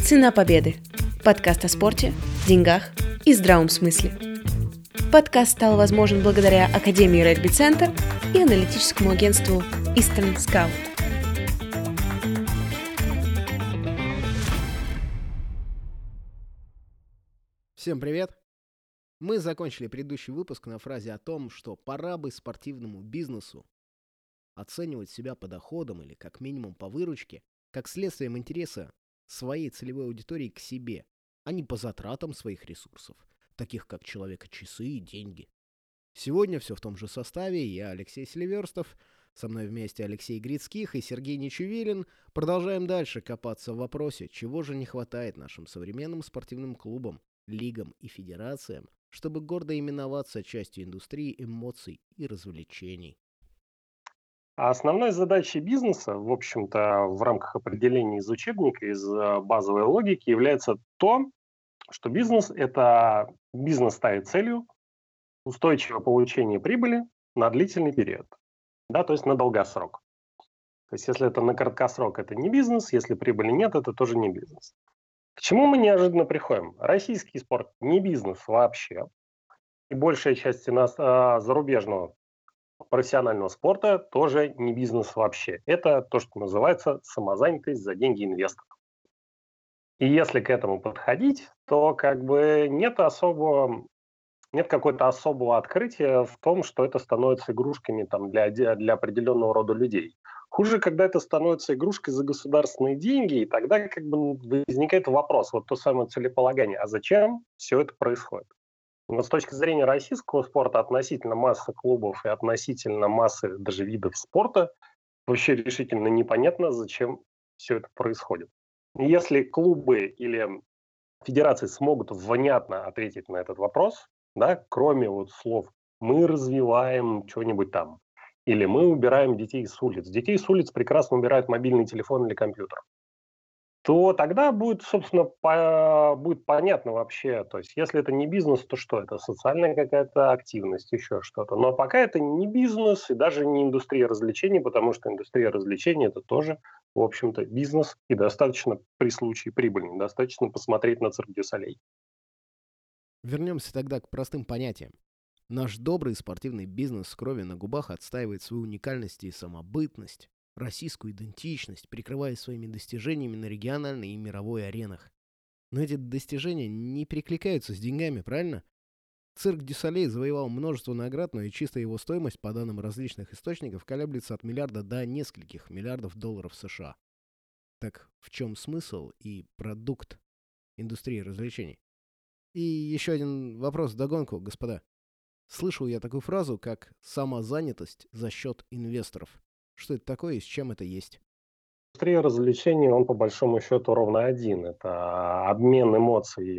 «Цена победы» – подкаст о спорте, деньгах и здравом смысле. Подкаст стал возможен благодаря Академии регби-центр и аналитическому агентству Eastern Scout. Всем привет! Мы закончили предыдущий выпуск на фразе о том, что пора бы спортивному бизнесу оценивать себя по доходам или как минимум по выручке, как следствием интереса своей целевой аудитории к себе, а не по затратам своих ресурсов, таких как человека-часы и деньги. Сегодня все в том же составе. Я Алексей Селиверстов, со мной вместе Алексей Грицких и Сергей Нечувилин. Продолжаем дальше копаться в вопросе, чего же не хватает нашим современным спортивным клубам, лигам и федерациям, чтобы гордо именоваться частью индустрии эмоций и развлечений. А основной задачей бизнеса, в общем-то, в рамках определения из учебника, из базовой логики, является то, что бизнес ставит целью устойчивое получение прибыли на длительный период, да, то есть на долгосрок. То есть если это на краткосрок, это не бизнес, если прибыли нет, это тоже не бизнес. К чему мы неожиданно приходим? Российский спорт не бизнес вообще, и большая часть зарубежного профессионального спорта тоже не бизнес вообще. Это то, что называется самозанятость за деньги инвесторов. И если к этому подходить, то как бы нет какого-то особого открытия в том, что это становится игрушками там, для определенного рода людей. Хуже, когда это становится игрушкой за государственные деньги, и тогда как бы возникает вопрос, вот то самое целеполагание, а зачем все это происходит? Вот с точки зрения российского спорта относительно массы клубов и относительно массы даже видов спорта вообще решительно непонятно, зачем все это происходит. И если клубы или федерации смогут внятно ответить на этот вопрос, да, кроме вот слов «мы развиваем что-нибудь там» или «мы убираем детей с улиц». Детей с улиц прекрасно убирают мобильный телефон или компьютер. То тогда будет, собственно, будет понятно вообще, то есть если это не бизнес, то что это? Социальная какая-то активность, еще что-то. Но пока это не бизнес и даже не индустрия развлечений, потому что индустрия развлечений – это тоже, в общем-то, бизнес и достаточно при случае прибыльный, достаточно посмотреть на Цирк дю Солей. Вернемся тогда к простым понятиям. Наш добрый спортивный бизнес с кровью на губах отстаивает свою уникальность и самобытность, российскую идентичность, прикрывая своими достижениями на региональной и мировой аренах. Но эти достижения не перекликаются с деньгами, правильно? Цирк дю Солей завоевал множество наград, но и чистая его стоимость, по данным различных источников, колеблется от миллиарда до нескольких миллиардов долларов США. Так в чем смысл и продукт индустрии развлечений? И еще один вопрос вдогонку, господа. Слышал я такую фразу, как «самозанятость за счет инвесторов». Что это такое и с чем это есть? Индустрия развлечений, он по большому счету ровно один. Это обмен эмоций,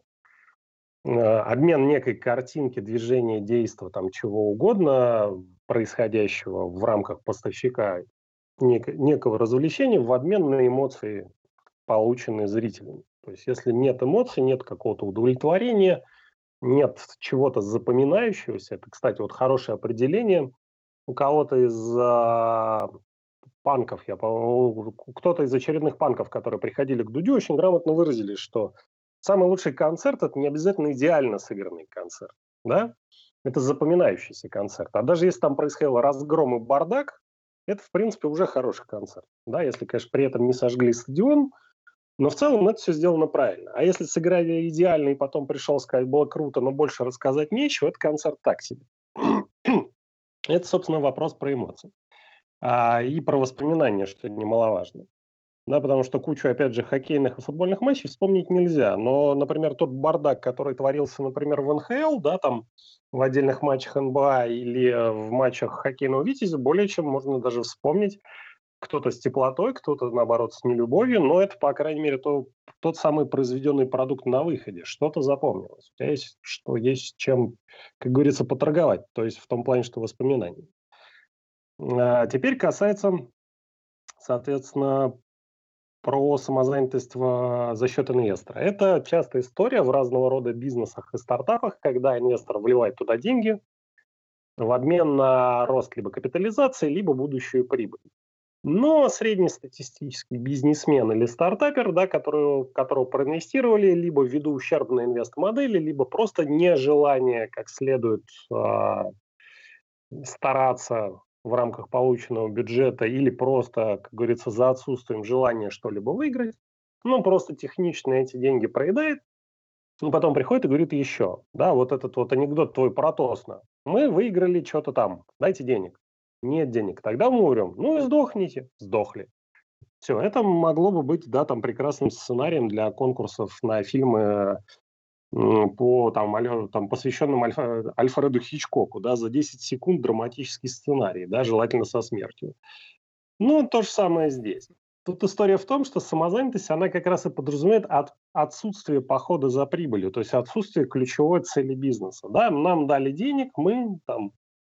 обмен некой картинки, движения, действия, там чего угодно, происходящего в рамках поставщика некого развлечения в обмен на эмоции, полученные зрителями. То есть если нет эмоций, нет какого-то удовлетворения, нет чего-то запоминающегося, это, кстати, вот хорошее определение, у кого-то из панков, кто-то из очередных панков, которые приходили к Дудю, очень грамотно выразились, что самый лучший концерт – это не обязательно идеально сыгранный концерт, да? Это запоминающийся концерт. А даже если там происходил разгром и бардак, это, в принципе, уже хороший концерт. Да, если, конечно, при этом не сожгли стадион, но в целом это все сделано правильно. А если сыграли идеально и потом пришел сказать, было круто, но больше рассказать нечего, это концерт так себе. Это, собственно, вопрос про эмоции. И про воспоминания, что немаловажно. Да, потому что кучу, опять же, хоккейных и футбольных матчей вспомнить нельзя. Но, например, тот бардак, который творился, например, в НХЛ, да, там в отдельных матчах НБА или в матчах хоккейного «Витязя», более чем можно даже вспомнить. Кто-то с теплотой, кто-то, наоборот, с нелюбовью, но это, по крайней мере, тот самый произведенный продукт на выходе. Что-то запомнилось. У тебя есть чем, как говорится, поторговать. То есть в том плане, что воспоминания. Теперь касается, соответственно, про самозанятость за счет инвестора. Это частая история в разного рода бизнесах и стартапах, когда инвестор вливает туда деньги в обмен на рост либо капитализации, либо будущую прибыль. Но среднестатистический бизнесмен или стартапер, да, которого проинвестировали либо ввиду ущербной инвест-модели, либо просто нежелание как следует стараться в рамках полученного бюджета или просто, как говорится, за отсутствием желания что-либо выиграть, ну, просто технично эти деньги проедает, ну, потом приходит и говорит еще, да, вот этот вот анекдот твой про Тосно. Мы выиграли что-то там, дайте денег. Нет денег, тогда мы умрем. Ну и сдохните. Сдохли. Все, это могло бы быть, да, там прекрасным сценарием для конкурсов на фильмы по там, там посвященным Альфреду Хичкоку, да, за 10 секунд драматический сценарий, да, желательно со смертью. Ну, то же самое здесь. Тут история в том, что самозанятость, она как раз и подразумевает отсутствие похода за прибылью, то есть отсутствие ключевой цели бизнеса. Да, нам дали денег, мы там,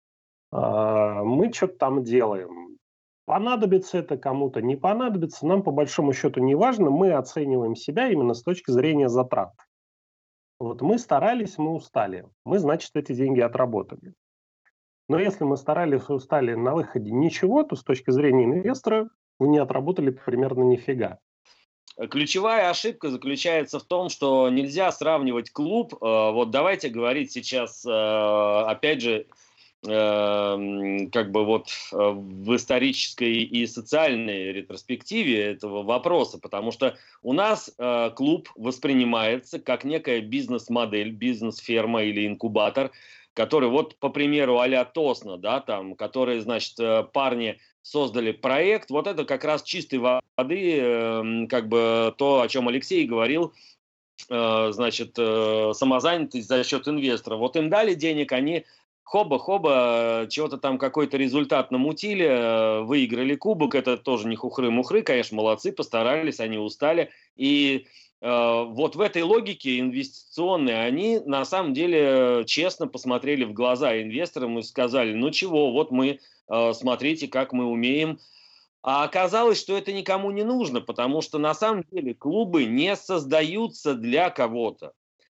мы что-то там делаем. Понадобится это кому-то, не понадобится, нам по большому счету не важно, мы оцениваем себя именно с точки зрения затрат. Вот мы старались, мы устали, мы, значит, эти деньги отработали. Но если мы старались и устали на выходе ничего, то с точки зрения инвестора вы не отработали примерно нифига. Ключевая ошибка заключается в том, что нельзя сравнивать клуб. Вот давайте говорить сейчас, опять же, как бы вот в исторической и социальной ретроспективе этого вопроса, потому что у нас клуб воспринимается как некая бизнес-модель, бизнес-ферма или инкубатор, который вот по примеру а-ля Тосно, да, там, которые, значит, парни создали проект, вот это как раз чистой воды, как бы то, о чем Алексей говорил, значит, самозанятость за счет инвестора. Вот им дали денег, они хоба-хоба, чего-то там какой-то результат намутили, выиграли кубок, это тоже не хухры-мухры, конечно, молодцы, постарались, они устали. И вот в этой логике инвестиционной они на самом деле честно посмотрели в глаза инвесторам и сказали, ну чего, вот мы, смотрите, как мы умеем. А оказалось, что это никому не нужно, потому что на самом деле клубы не создаются для кого-то.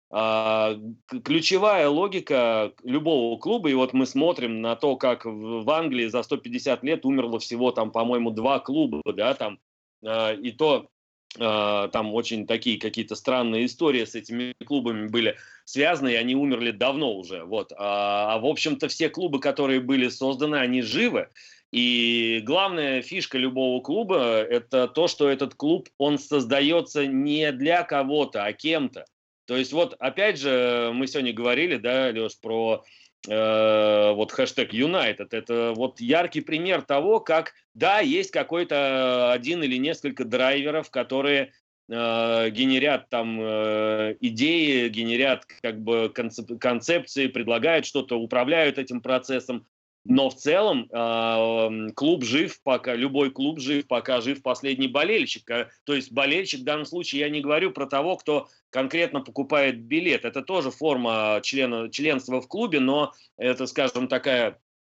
Ключевая логика любого клуба, и вот мы смотрим на то, как в Англии за 150 лет умерло всего там, по-моему, 2 клуба, да, там, и то там очень такие какие-то странные истории с этими клубами были связаны, и они умерли давно уже, вот. В общем-то, все клубы, которые были созданы, они живы, и главная фишка любого клуба – это то, что этот клуб, он создается не для кого-то, а кем-то. То есть вот опять же мы сегодня говорили, да, Леш, про вот хэштег United. Это вот яркий пример того, как, да, есть какой-то один или несколько драйверов, которые генерят там идеи, генерят как бы концепции, предлагают что-то, управляют этим процессом. Но в целом клуб жив, пока любой клуб жив, пока жив последний болельщик. То есть болельщик в данном случае я не говорю про того, кто конкретно покупает билет. Это тоже форма членства в клубе, но это, скажем, такая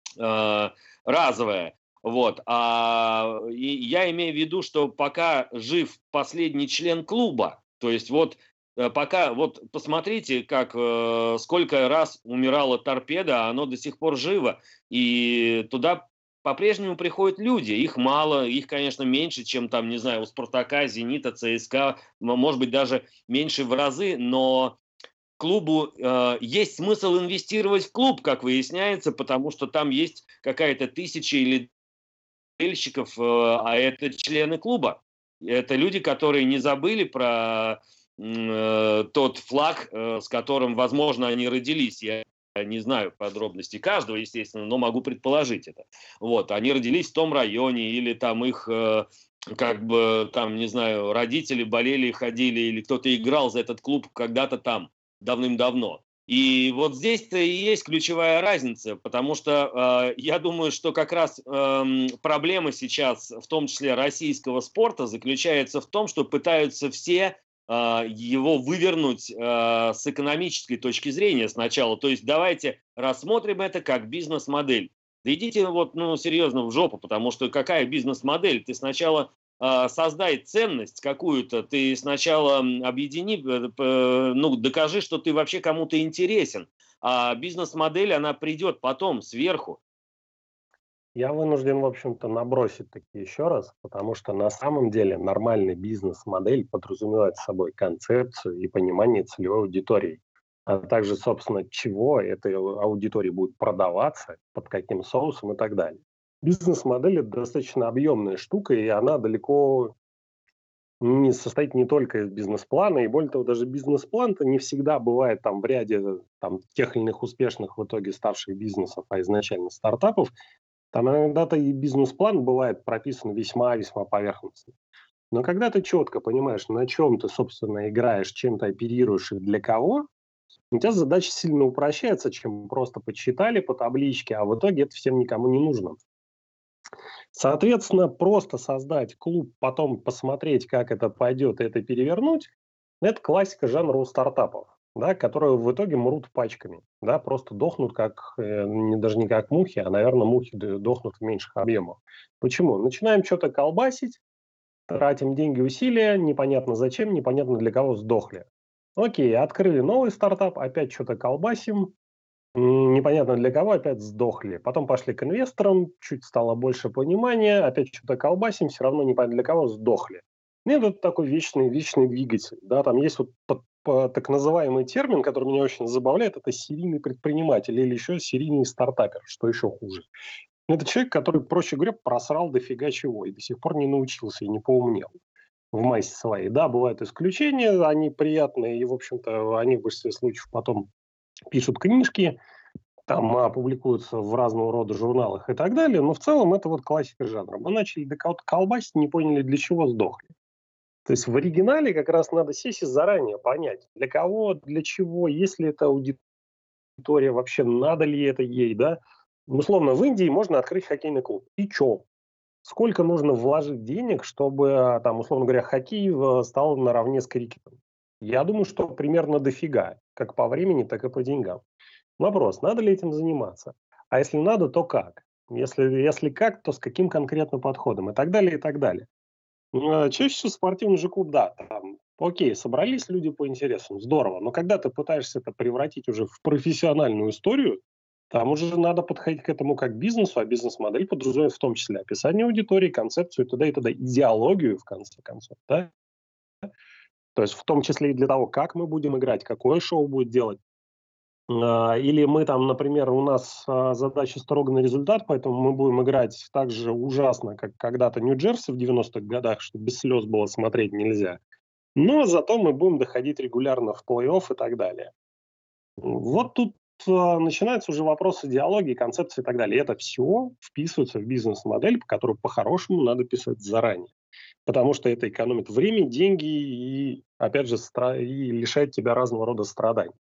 разовая. Вот. И я имею в виду, что пока жив последний член клуба, то есть вот пока, вот посмотрите, как сколько раз умирала торпеда, а оно до сих пор живо. И туда по-прежнему приходят люди. Их мало, их, конечно, меньше, чем там, не знаю, у Спартака, Зенита, ЦСКА, может быть, даже меньше в разы, но клубу есть смысл инвестировать в клуб, как выясняется, потому что там есть какая-то тысяча или болельщиков, а это члены клуба. Это люди, которые не забыли про тот флаг, с которым, возможно, они родились. Я не знаю подробностей каждого, естественно, но могу предположить это. Вот, они родились в том районе, или там их, как бы, там, не знаю, родители болели, ходили, или кто-то играл за этот клуб когда-то там, давным-давно. И вот здесь-то и есть ключевая разница, потому что я думаю, что как раз проблема сейчас, в том числе российского спорта, заключается в том, что пытаются все его вывернуть с экономической точки зрения сначала. То есть давайте рассмотрим это как бизнес-модель. Да идите вот, ну, серьезно в жопу, потому что какая бизнес-модель? Ты сначала создай ценность какую-то, ты сначала объедини, ну, докажи, что ты вообще кому-то интересен. А бизнес-модель, она придет потом, сверху. Я вынужден, в общем-то, набросить таки еще раз, потому что на самом деле нормальный бизнес-модель подразумевает собой концепцию и понимание целевой аудитории, а также, собственно, чего этой аудитории будет продаваться, под каким соусом и так далее. Бизнес-модель – это достаточно объемная штука, и она далеко не состоит не только из бизнес-плана, и более того, даже бизнес-план-то не всегда бывает там в ряде там, тех или иных успешных в итоге старших бизнесов, а изначально стартапов, там иногда-то и бизнес-план бывает прописан весьма-весьма поверхностно. Но когда ты четко понимаешь, на чем ты, собственно, играешь, чем ты оперируешь и для кого, у тебя задача сильно упрощается, чем просто подсчитали по табличке, а в итоге это всем никому не нужно. Соответственно, просто создать клуб, потом посмотреть, как это пойдет, и это перевернуть, это классика жанра у стартапов, да, которые в итоге мрут пачками, да, просто дохнут как, даже не как мухи, а, наверное, мухи дохнут в меньших объемах. Почему? Начинаем что-то колбасить, тратим деньги, усилия, непонятно зачем, непонятно для кого сдохли. Окей, открыли новый стартап, опять что-то колбасим, непонятно для кого, опять сдохли. Потом пошли к инвесторам, чуть стало больше понимания, опять что-то колбасим, все равно непонятно для кого, сдохли. Нет, это такой вечный двигатель. Да, там есть вот так называемый термин, который меня очень забавляет, это серийный предприниматель или еще серийный стартапер, что еще хуже. Это человек, который, проще говоря, просрал дофига чего и до сих пор не научился и не поумнел в массе своей. Да, бывают исключения, они приятные, и, в общем-то, они в большинстве случаев потом пишут книжки, там публикуются в разного рода журналах и так далее, но в целом это вот классика жанра. Мы начали до кого-то колбасить, не поняли, для чего сдохли. То есть в оригинале как раз надо сесть и заранее понять, для кого, для чего, есть ли это аудитория, вообще надо ли это ей, да. Условно, в Индии можно открыть хоккейный клуб. И чё? Сколько нужно вложить денег, чтобы, там, условно говоря, хоккей стал наравне с крикетом? Я думаю, что примерно дофига, как по времени, так и по деньгам. Вопрос, надо ли этим заниматься? А если надо, то как? Если как, то с каким конкретно подходом? И так далее, и так далее. Чаще всего спортивный же клуб, да, там, окей, собрались люди по интересам, здорово, но когда ты пытаешься это превратить уже в профессиональную историю, там уже надо подходить к этому как к бизнесу, а бизнес-модель подразумевает в том числе описание аудитории, концепцию и т.д., идеологию, в конце концов, да? То есть в том числе и для того, как мы будем играть, какое шоу будет делать. Или мы там, например, у нас задача строго на результат, поэтому мы будем играть так же ужасно, как когда-то Нью-Джерси в 90-х годах, что без слез было смотреть нельзя. Но зато мы будем доходить регулярно в плей-офф и так далее. Вот тут начинается уже вопрос идеологии, концепции и так далее. И это все вписывается в бизнес-модель, по которой по-хорошему надо писать заранее. Потому что это экономит время, деньги и, опять же, и лишает тебя разного рода страданий.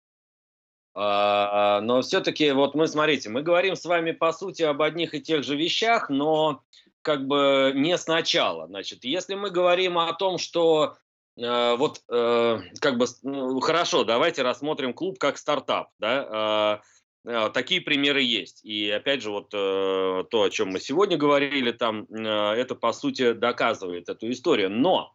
Но все-таки, вот мы, смотрите, мы говорим с вами, по сути, об одних и тех же вещах, но как бы не сначала. Значит, если мы говорим о том, что хорошо, давайте рассмотрим клуб как стартап, да, такие примеры есть. И опять же, вот то, о чем мы сегодня говорили, там, это, по сути, доказывает эту историю. Но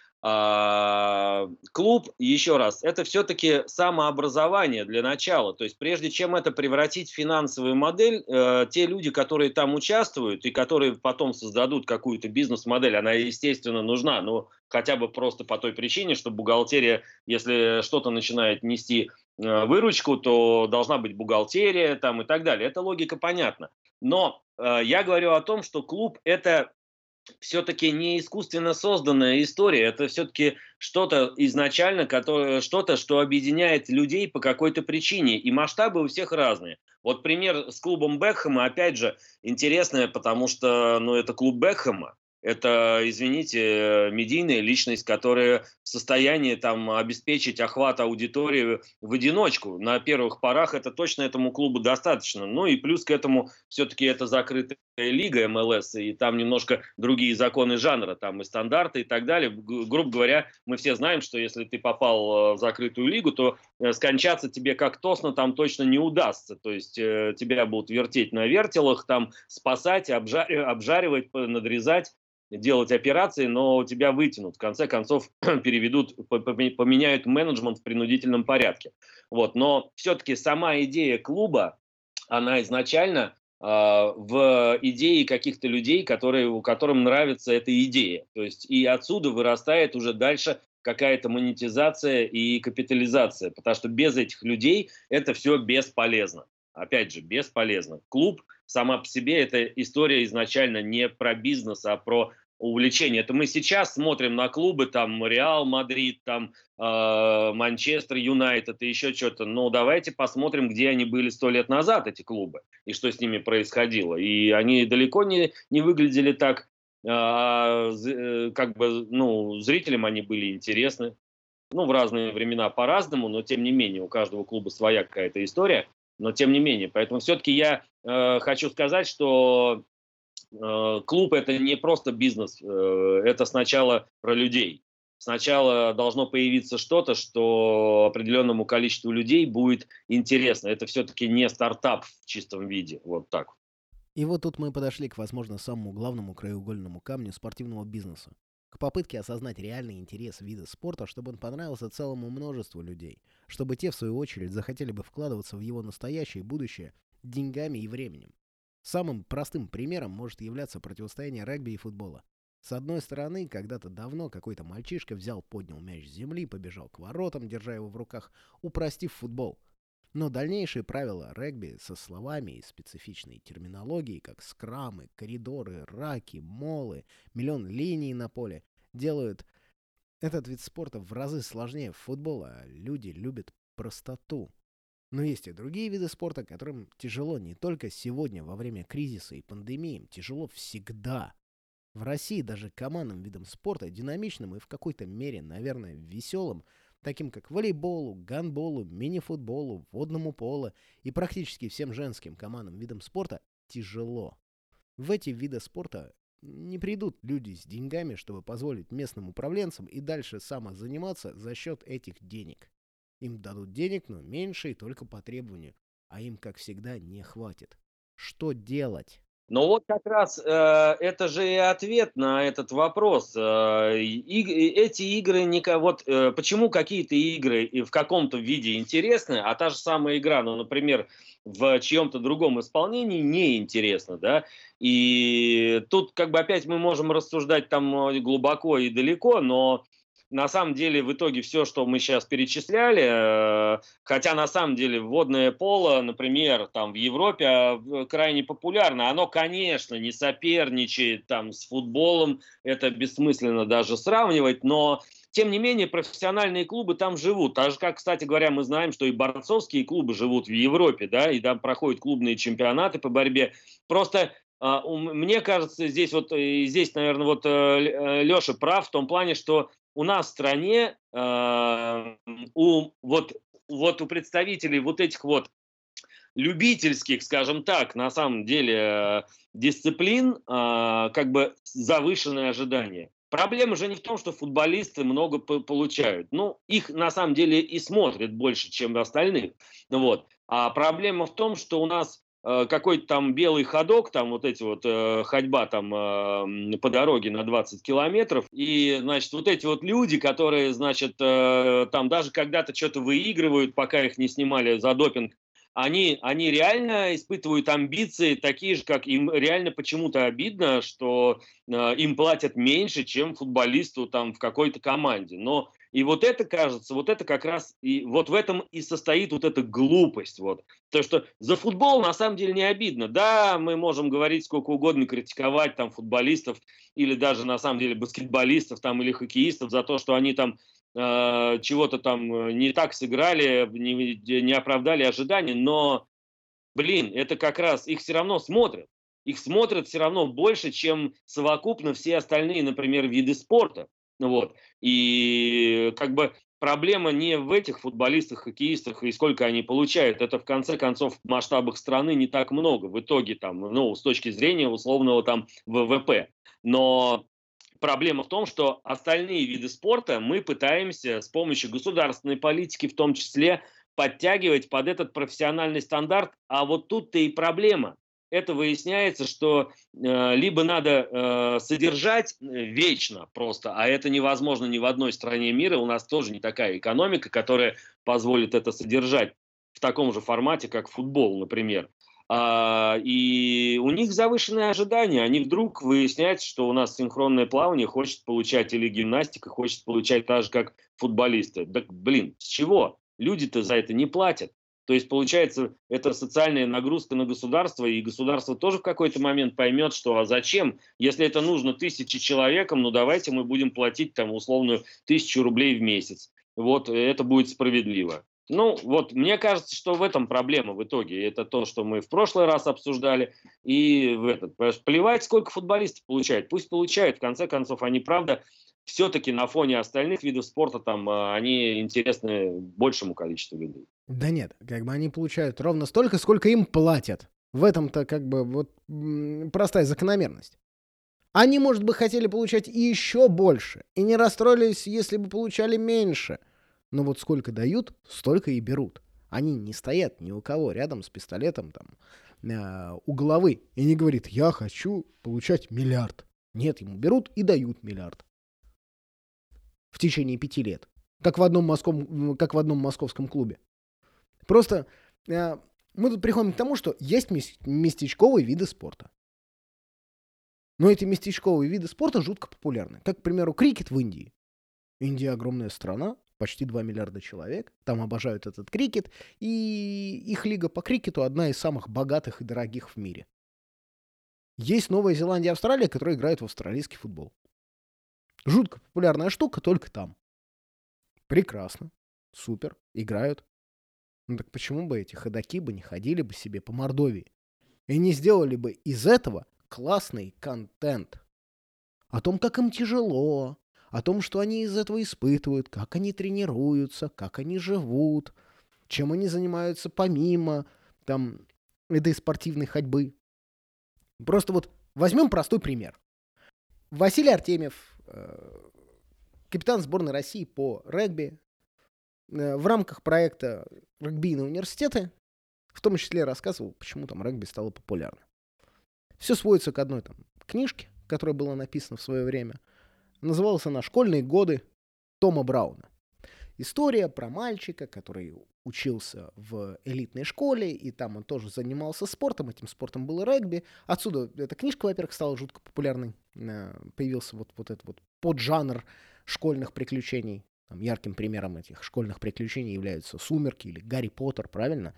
клуб, еще раз, это все-таки самообразование для начала. То есть прежде чем это превратить в финансовую модель, те люди, которые там участвуют и которые потом создадут какую-то бизнес-модель, она, естественно, нужна, но хотя бы просто по той причине, что бухгалтерия, если что-то начинает нести выручку, то должна быть бухгалтерия там, и так далее. Эта логика понятна. Но я говорю о том, что клуб – это все-таки не искусственно созданная история, это все-таки что-то изначально, что-то, что объединяет людей по какой-то причине, и масштабы у всех разные. Вот пример с клубом Бекхэма, опять же, интересный, потому что, это клуб Бекхэма. Это, извините, медийная личность, которая в состоянии там обеспечить охват аудитории в одиночку. На первых порах это точно этому клубу достаточно. Ну и плюс к этому все-таки это закрытая лига МЛС, и там немножко другие законы жанра, там и стандарты и так далее. Грубо говоря, мы все знаем, что если ты попал в закрытую лигу, то скончаться тебе как Тосно там точно не удастся. То есть тебя будут вертеть на вертелах, там спасать, обжаривать, надрезать, делать операции, но тебя вытянут. В конце концов переведут, поменяют менеджмент в принудительном порядке. Вот. Но все-таки сама идея клуба, она изначально в идеи каких-то людей, которым нравится эта идея. То есть и отсюда вырастает уже дальше какая-то монетизация и капитализация, потому что без этих людей это все бесполезно. Опять же, бесполезно. Клуб сама по себе это история изначально не про бизнес, а про увлечение. Это мы сейчас смотрим на клубы, там Реал Мадрид, там Манчестер Юнайтед и еще что-то. Но давайте посмотрим, где они были 100 лет назад, эти клубы, и что с ними происходило. И они далеко не выглядели так, как бы, ну, зрителям они были интересны. Ну, в разные времена по-разному, но тем не менее, у каждого клуба своя какая-то история. Но тем не менее, поэтому все-таки я хочу сказать, что клуб это не просто бизнес, это сначала про людей. Сначала должно появиться что-то, что определенному количеству людей будет интересно. Это все-таки не стартап в чистом виде. Вот так. И вот тут мы подошли к, возможно, самому главному краеугольному камню спортивного бизнеса. К попытке осознать реальный интерес вида спорта, чтобы он понравился целому множеству людей. Чтобы те, в свою очередь, захотели бы вкладываться в его настоящее и будущее деньгами и временем. Самым простым примером может являться противостояние регби и футбола. С одной стороны, когда-то давно какой-то мальчишка поднял мяч с земли, побежал к воротам, держа его в руках, упростив футбол. Но дальнейшие правила регби со словами и специфичной терминологией, как скрамы, коридоры, раки, молы, миллион линий на поле, делают этот вид спорта в разы сложнее футбола, а люди любят простоту. Но есть и другие виды спорта, которым тяжело не только сегодня, во время кризиса и пандемии, им тяжело всегда. В России даже командным видам спорта, динамичным и в какой-то мере, наверное, веселым, таким как волейболу, гандболу, мини-футболу, водному поло и практически всем женским командным видам спорта, тяжело. В эти виды спорта не придут люди с деньгами, чтобы позволить местным управленцам и дальше самозаниматься за счет этих денег. Им дадут денег, но меньше и только по требованию. А им, как всегда, не хватит. Что делать? Но вот как раз это же и ответ на этот вопрос. Эти игры, почему какие-то игры и в каком-то виде интересны, а та же самая игра, ну, например, в чьем-то другом исполнении неинтересна, да? И тут как бы опять мы можем рассуждать там глубоко и далеко, но на самом деле в итоге все, что мы сейчас перечисляли, хотя на самом деле водное поло, например, там в Европе крайне популярно, оно, конечно, не соперничает там с футболом, это бессмысленно даже сравнивать, но тем не менее профессиональные клубы там живут. Так же, как, кстати говоря, мы знаем, что и борцовские клубы живут в Европе, да, и там проходят клубные чемпионаты по борьбе. Просто мне кажется, здесь, наверное, Леша прав в том плане, что у нас в стране у представителей вот этих вот любительских, скажем так, на самом деле дисциплин как бы завышенные ожидания. Проблема же не в том, что футболисты много получают. Ну, их на самом деле и смотрят больше, чем остальных. Вот. А проблема в том, что у нас какой-то там белый ходок, там вот эти вот ходьба там по дороге на 20 километров, и, значит, вот эти вот люди, которые, значит, там даже когда-то что-то выигрывают, пока их не снимали за допинг, они реально испытывают амбиции такие же, как им реально почему-то обидно, что им платят меньше, чем футболисту там в какой-то команде. Но и вот это, кажется, вот это как раз, и вот в этом и состоит вот эта глупость. Вот. То, что за футбол на самом деле не обидно. Да, мы можем говорить сколько угодно, критиковать там футболистов или даже на самом деле баскетболистов там, или хоккеистов за то, что они там чего-то там не так сыграли, не оправдали ожиданий, но, блин, это как раз их все равно смотрят. Их смотрят все равно больше, чем совокупно все остальные, например, виды спорта. Вот. И как бы проблема не в этих футболистах, хоккеистах и сколько они получают. Это в конце концов в масштабах страны не так много. В итоге там, ну, с точки зрения условного там ВВП. Но проблема в том, что остальные виды спорта мы пытаемся с помощью государственной политики в том числе подтягивать под этот профессиональный стандарт. А вот тут-то и проблема. Это выясняется, что либо надо содержать вечно просто, а это невозможно ни в одной стране мира, у нас тоже не такая экономика, которая позволит это содержать в таком же формате, как футбол, например. И у них завышенные ожидания. Они вдруг выясняют, что у нас синхронное плавание хочет получать или гимнастика хочет получать так же, как футболисты. Так, блин, с чего? Люди-то за это не платят. То есть, получается, это социальная нагрузка на государство, и государство тоже в какой-то момент поймет, что а зачем, если это нужно 1000 человекам, ну давайте мы будем платить там условную 1000 рублей в месяц. Вот это будет справедливо. Ну, вот мне кажется, что в этом проблема в итоге. Это то, что мы в прошлый раз обсуждали. И в этот. Плевать, сколько футболистов получают. Пусть получают. В конце концов, они, правда, все-таки на фоне остальных видов спорта там они интересны большему количеству людей. Да нет, как бы они получают ровно столько, сколько им платят. В этом-то как бы вот простая закономерность. Они, может быть, хотели получать и еще больше. И не расстроились, если бы получали меньше. Но вот сколько дают, столько и берут. Они не стоят ни у кого рядом с пистолетом там, у головы и не говорит: я хочу получать миллиард. Нет, ему берут и дают миллиард. В течение 5 лет. Как в одном московском клубе. Просто мы тут приходим к тому, что есть местечковые виды спорта. Но эти местечковые виды спорта жутко популярны. Как, к примеру, крикет в Индии. Индия огромная страна, почти 2 миллиарда человек. Там обожают этот крикет. И их лига по крикету одна из самых богатых и дорогих в мире. Есть Новая Зеландия и Австралия, которые играют в австралийский футбол. Жутко популярная штука, только там. Прекрасно. Супер. Играют. Ну так почему бы эти ходаки бы не ходили бы себе по Мордовии и не сделали бы из этого классный контент? О том, как им тяжело, о том, что они из этого испытывают, как они тренируются, как они живут, чем они занимаются помимо там этой спортивной ходьбы. Просто вот возьмем простой пример. Василий Артемьев, капитан сборной России по регби, в рамках проекта «Регбийные университеты» в том числе рассказывал, почему там регби стало популярно. Все сводится к одной там книжке, которая была написана в свое время. Называлась она «Школьные годы Тома Брауна». История про мальчика, который учился в элитной школе, и там он тоже занимался спортом. Этим спортом был регби. Отсюда эта книжка, во-первых, стала жутко популярной. Появился вот этот вот поджанр школьных приключений. Там ярким примером этих школьных приключений являются «Сумерки» или «Гарри Поттер», правильно?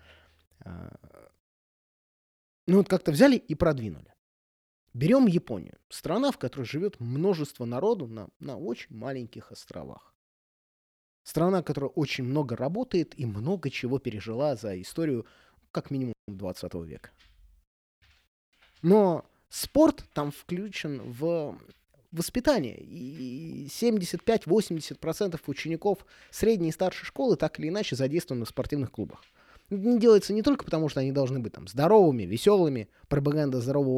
Ну вот как-то взяли и продвинули. Берем Японию. Страна, в которой живет множество народу на очень маленьких островах. Страна, которая очень много работает и много чего пережила за историю, как минимум, 20 века. Но спорт там включен в воспитание. И 75-80% учеников средней и старшей школы так или иначе задействованы в спортивных клубах. Это не делается не только потому, что они должны быть там здоровыми, веселыми, пропаганда здорового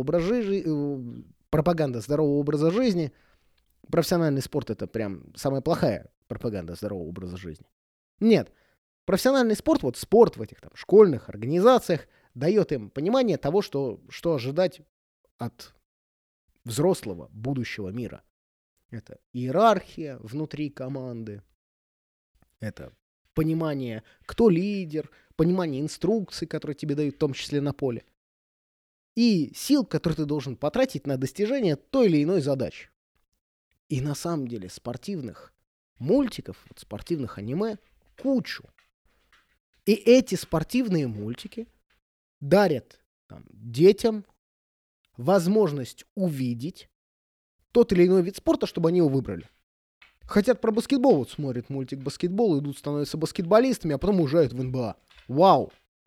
образа жизни. Профессиональный спорт — это прям самая плохая пропаганда здорового образа жизни. Нет. Профессиональный спорт, вот спорт в этих там школьных организациях, дает им понимание того, что ожидать от взрослого будущего мира. Это иерархия внутри команды. Это понимание, кто лидер, понимание инструкций, которые тебе дают, в том числе на поле. И сил, которые ты должен потратить на достижение той или иной задачи. И на самом деле спортивных мультиков, спортивных аниме кучу. И эти спортивные мультики дарят детям возможность увидеть тот или иной вид спорта, чтобы они его выбрали. Хотят про баскетбол, вот смотрят мультик баскетбол, идут, становятся баскетболистами, а потом уезжают в НБА. Вау!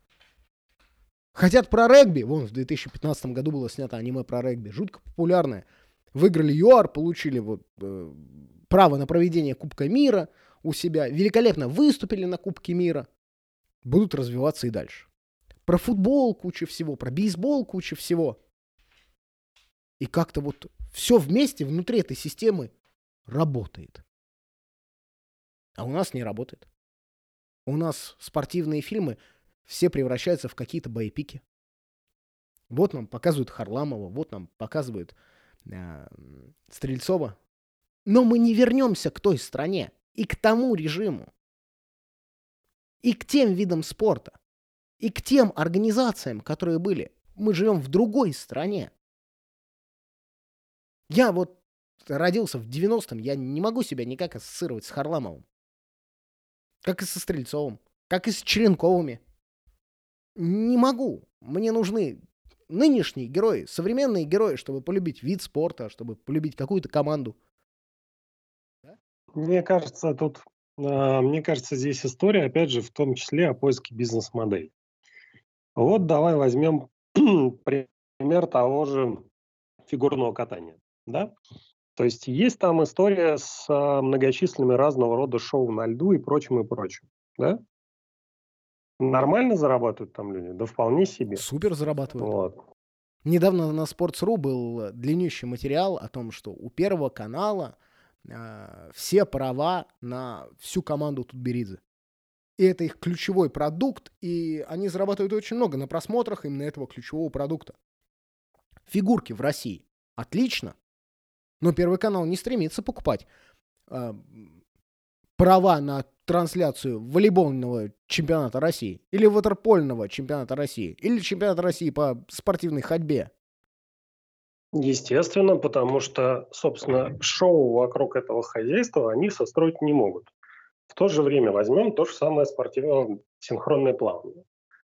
Хотят про регби, вон в 2015 году было снято аниме про регби, жутко популярное. Выиграли ЮАР, получили право на проведение Кубка мира у себя, великолепно выступили на Кубке мира, будут развиваться и дальше. Про футбол куча всего, про бейсбол куча всего. И как-то вот все вместе внутри этой системы работает. А у нас не работает. У нас спортивные фильмы все превращаются в какие-то боепики. Вот нам показывают Харламова, вот нам показывают Стрельцова. Но мы не вернемся к той стране и к тому режиму, и к тем видам спорта, и к тем организациям, которые были мы живем в другой стране. Я вот родился в 90-м, я не могу себя никак ассоциировать с Харламовым. Как и со Стрельцовым, как и с Черенковыми. Не могу. Мне нужны нынешние герои, современные герои, чтобы полюбить вид спорта, чтобы полюбить какую-то команду. Мне кажется, здесь история, опять же, в том числе о поиске бизнес-модели. Вот давай возьмем пример того же фигурного катания, да? То есть есть там история с многочисленными разного рода шоу на льду и прочим, да? Нормально зарабатывают там люди? Да вполне себе. Супер зарабатывают. Вот. Недавно на Sports.ru был длиннющий материал о том, что у Первого канала все права на всю команду Тутберидзе. И это их ключевой продукт, и они зарабатывают очень много на просмотрах именно этого ключевого продукта. Фигурки в России. Отлично. Но Первый канал не стремится покупать права на трансляцию волейбольного чемпионата России, или ватерпольного чемпионата России, или чемпионата России по спортивной ходьбе. Естественно, потому что, собственно, шоу вокруг этого хозяйства они состроить не могут. В то же время возьмем то же самое спортивное синхронное плавание.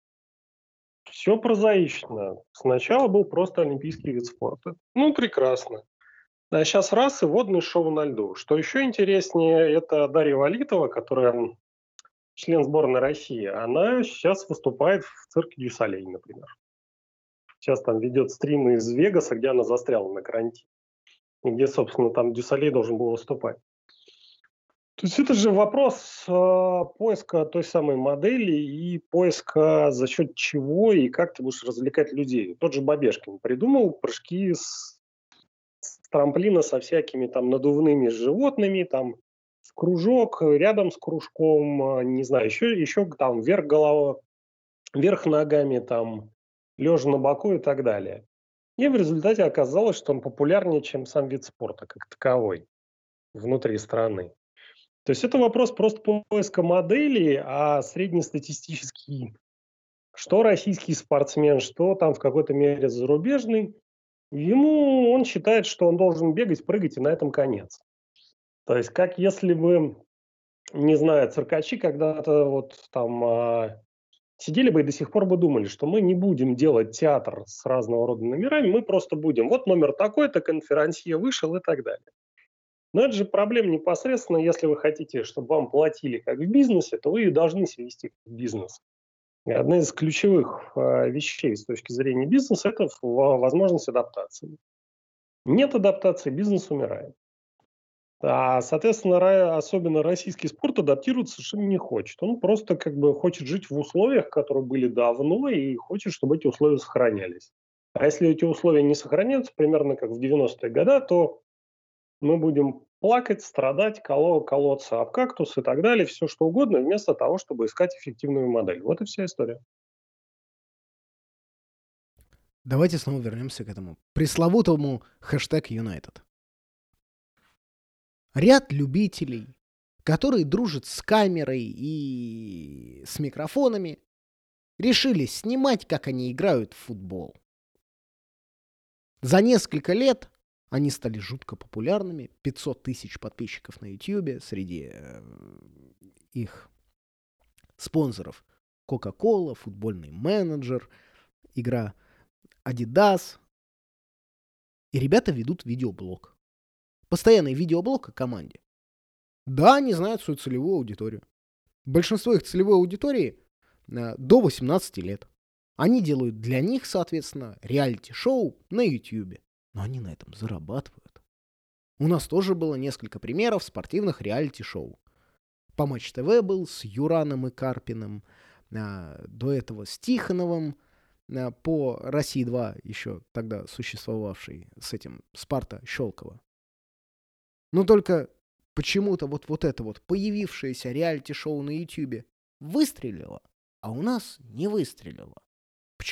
Все прозаично. Сначала был просто олимпийский вид спорта. Ну, прекрасно. А сейчас раз и водное шоу на льду. Что еще интереснее, это Дарья Валитова, которая член сборной России. Она сейчас выступает в цирке Дюсалей, например. Сейчас там ведет стримы из Вегаса, где она застряла на карантине. И где, собственно, там Дюсалей должен был выступать. То есть это же вопрос поиска той самой модели и поиска за счет чего и как ты будешь развлекать людей. Тот же Бабешкин придумал прыжки с трамплина со всякими там надувными животными, там в кружок, рядом с кружком, не знаю, еще там вверх ногами, там лежа на боку и так далее. И в результате оказалось, что он популярнее, чем сам вид спорта как таковой внутри страны. То есть это вопрос просто поиска моделей, а среднестатистический, что российский спортсмен, что там в какой-то мере зарубежный, он считает, что он должен бегать, прыгать, и на этом конец. То есть как если бы, не знаю, циркачи когда-то вот там сидели бы и до сих пор бы думали, что мы не будем делать театр с разного рода номерами, мы просто будем, вот номер такой-то, конферансье вышел и так далее. Но это же проблема непосредственно, если вы хотите, чтобы вам платили как в бизнесе, то вы должны себя вести как бизнес. И одна из ключевых вещей с точки зрения бизнеса – это возможность адаптации. Нет адаптации, бизнес умирает. Соответственно, особенно российский спорт адаптироваться совершенно не хочет. Он просто как бы хочет жить в условиях, которые были давно, и хочет, чтобы эти условия сохранялись. А если эти условия не сохраняются, примерно как в 90-е годы, то мы будем плакать, страдать, колоться об кактус и так далее, все что угодно, вместо того, чтобы искать эффективную модель. Вот и вся история. Давайте снова вернемся к этому пресловутому хэштег United. Ряд любителей, которые дружат с камерой и с микрофонами, решили снимать, как они играют в футбол. За несколько лет они стали жутко популярными. 500 тысяч подписчиков на YouTube среди их спонсоров. Coca-Cola, футбольный менеджер, игра Adidas. И ребята ведут видеоблог. Постоянный видеоблог о команде. Да, они знают свою целевую аудиторию. Большинство их целевой аудитории до 18 лет. Они делают для них, соответственно, реалити-шоу на YouTube. Но они на этом зарабатывают. У нас тоже было несколько примеров спортивных реалити-шоу. По Матч ТВ был с Юраном и Карпиным. До этого с Тихоновым. По России-2 еще тогда существовавший с этим Спарта Щелкова. Но только почему-то вот это вот появившееся реалити-шоу на YouTube выстрелило, а у нас не выстрелило. Почему?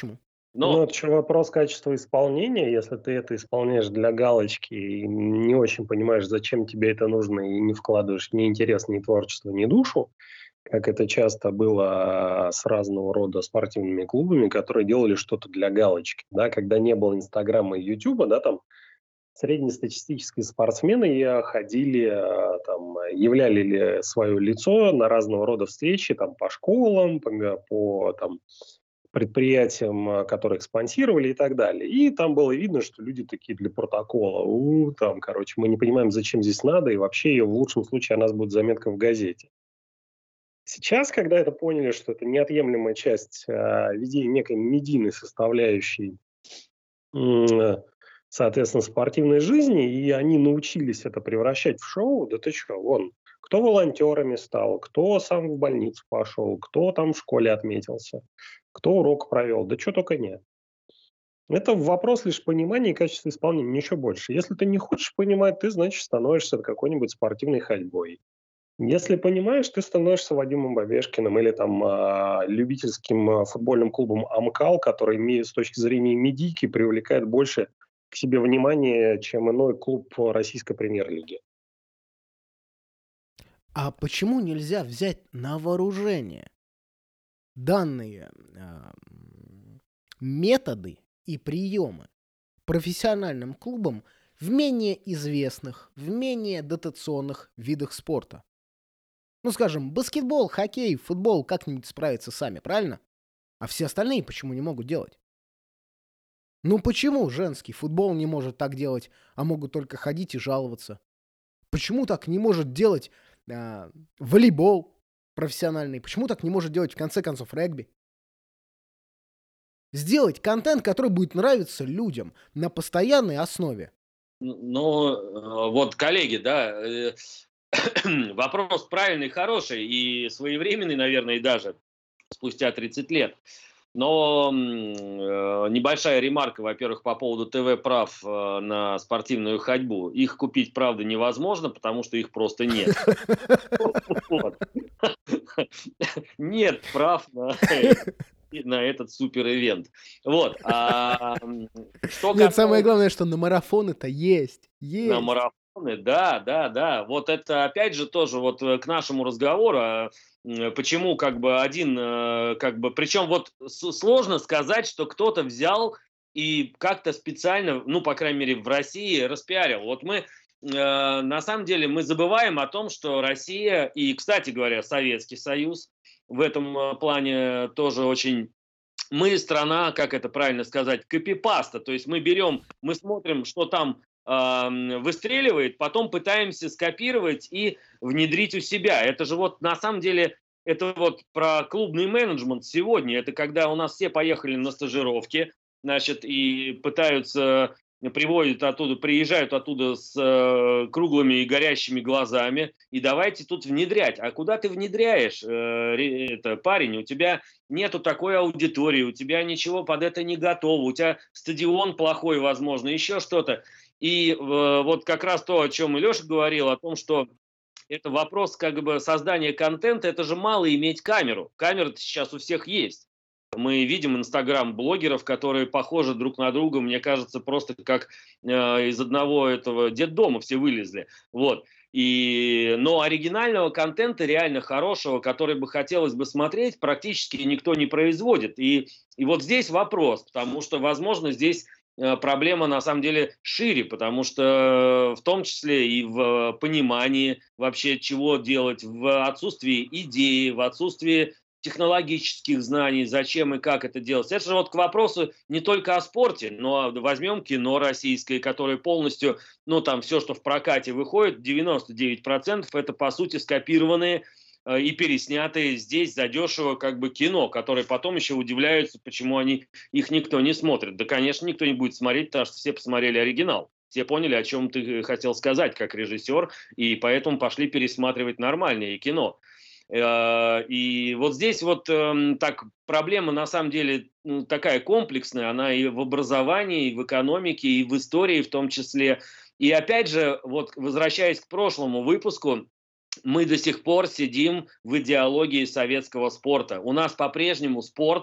Ну, Но это еще вопрос качества исполнения. Если ты это исполняешь для галочки и не очень понимаешь, зачем тебе это нужно, и не вкладываешь ни интерес, ни творчество, ни душу, как это часто было с разного рода спортивными клубами, которые делали что-то для галочки. Да, когда не было Инстаграма и Ютуба, да, там среднестатистические спортсмены ходили, являли ли свое лицо на разного рода встречи там, по школам, по там, предприятиям, которые их спонсировали и так далее. И там было видно, что люди такие для протокола. Мы не понимаем, зачем здесь надо, и вообще в лучшем случае о нас будет заметка в газете. Сейчас, когда это поняли, что это неотъемлемая часть ведения некой медийной составляющей, соответственно, спортивной жизни, и они научились это превращать в шоу, да ты что, вон, кто волонтерами стал, кто сам в больницу пошел, кто там в школе отметился, кто урок провел, да что только нет. Это вопрос лишь понимания и качества исполнения, ничего больше. Если ты не хочешь понимать, ты, значит, становишься какой-нибудь спортивной ходьбой. Если понимаешь, ты становишься Вадимом Бабешкиным или там любительским футбольным клубом «Амкал», который с точки зрения медийки привлекает больше к себе внимания, чем иной клуб российской премьер-лиги. А почему нельзя взять на вооружение данные методы и приемы профессиональным клубам в менее известных, в менее дотационных видах спорта? Ну, скажем, баскетбол, хоккей, футбол как-нибудь справятся сами, правильно? А все остальные почему не могут делать? Ну почему женский футбол не может так делать, а могут только ходить и жаловаться? Почему так не может делать волейбол профессиональный? Почему так не может делать, в конце концов, регби? Сделать контент, который будет нравиться людям на постоянной основе. Ну, вот, коллеги, да, вопрос правильный, хороший и своевременный, наверное, и даже спустя 30 лет. Но небольшая ремарка, во-первых, по поводу ТВ-прав на спортивную ходьбу. Их купить, правда, невозможно, потому что их просто нет. Нет прав на этот супер-ивент. Вот. Нет, самое главное, что на марафоны-то есть. На марафоны, да. Вот это, опять же, тоже вот к нашему разговору, почему причем вот сложно сказать, что кто-то взял и как-то специально, ну, по крайней мере, в России распиарил. Вот мы, на самом деле, мы забываем о том, что Россия и, кстати говоря, Советский Союз в этом плане тоже очень... Мы страна, как это правильно сказать, копипаста. То есть мы смотрим, что там выстреливает, потом пытаемся скопировать и внедрить у себя. Это же вот на самом деле, это вот про клубный менеджмент сегодня. Это когда у нас все поехали на стажировки, значит, и приезжают оттуда с круглыми и горящими глазами, и давайте тут внедрять. А куда ты внедряешь, парень? У тебя нету такой аудитории, у тебя ничего под это не готово, у тебя стадион плохой, возможно, еще что-то. И вот как раз то, о чем и Леша говорил, о том, что это вопрос создания контента, это же мало иметь камеру. Камера-то сейчас у всех есть. Мы видим инстаграм-блогеров, которые похожи друг на друга, мне кажется, просто как из одного этого детдома все вылезли. Вот. Но оригинального контента, реально хорошего, который бы хотелось бы смотреть, практически никто не производит. И вот здесь вопрос, потому что, возможно, здесь проблема на самом деле шире, потому что в том числе и в понимании вообще, чего делать, в отсутствии идеи, в отсутствии технологических знаний, зачем и как это делать. Это же вот к вопросу не только о спорте, но возьмем кино российское, которое полностью, там все, что в прокате выходит, 99% это по сути скопированные и переснятые здесь задешево кино, которые потом еще удивляются, почему их никто не смотрит. Да, конечно, никто не будет смотреть, потому что все посмотрели оригинал. Все поняли, о чем ты хотел сказать как режиссер, и поэтому пошли пересматривать нормальное кино. И вот здесь так проблема на самом деле такая комплексная, она и в образовании, и в экономике, и в истории в том числе. И опять же, вот возвращаясь к прошлому выпуску, мы до сих пор сидим в идеологии советского спорта. У нас по-прежнему спорт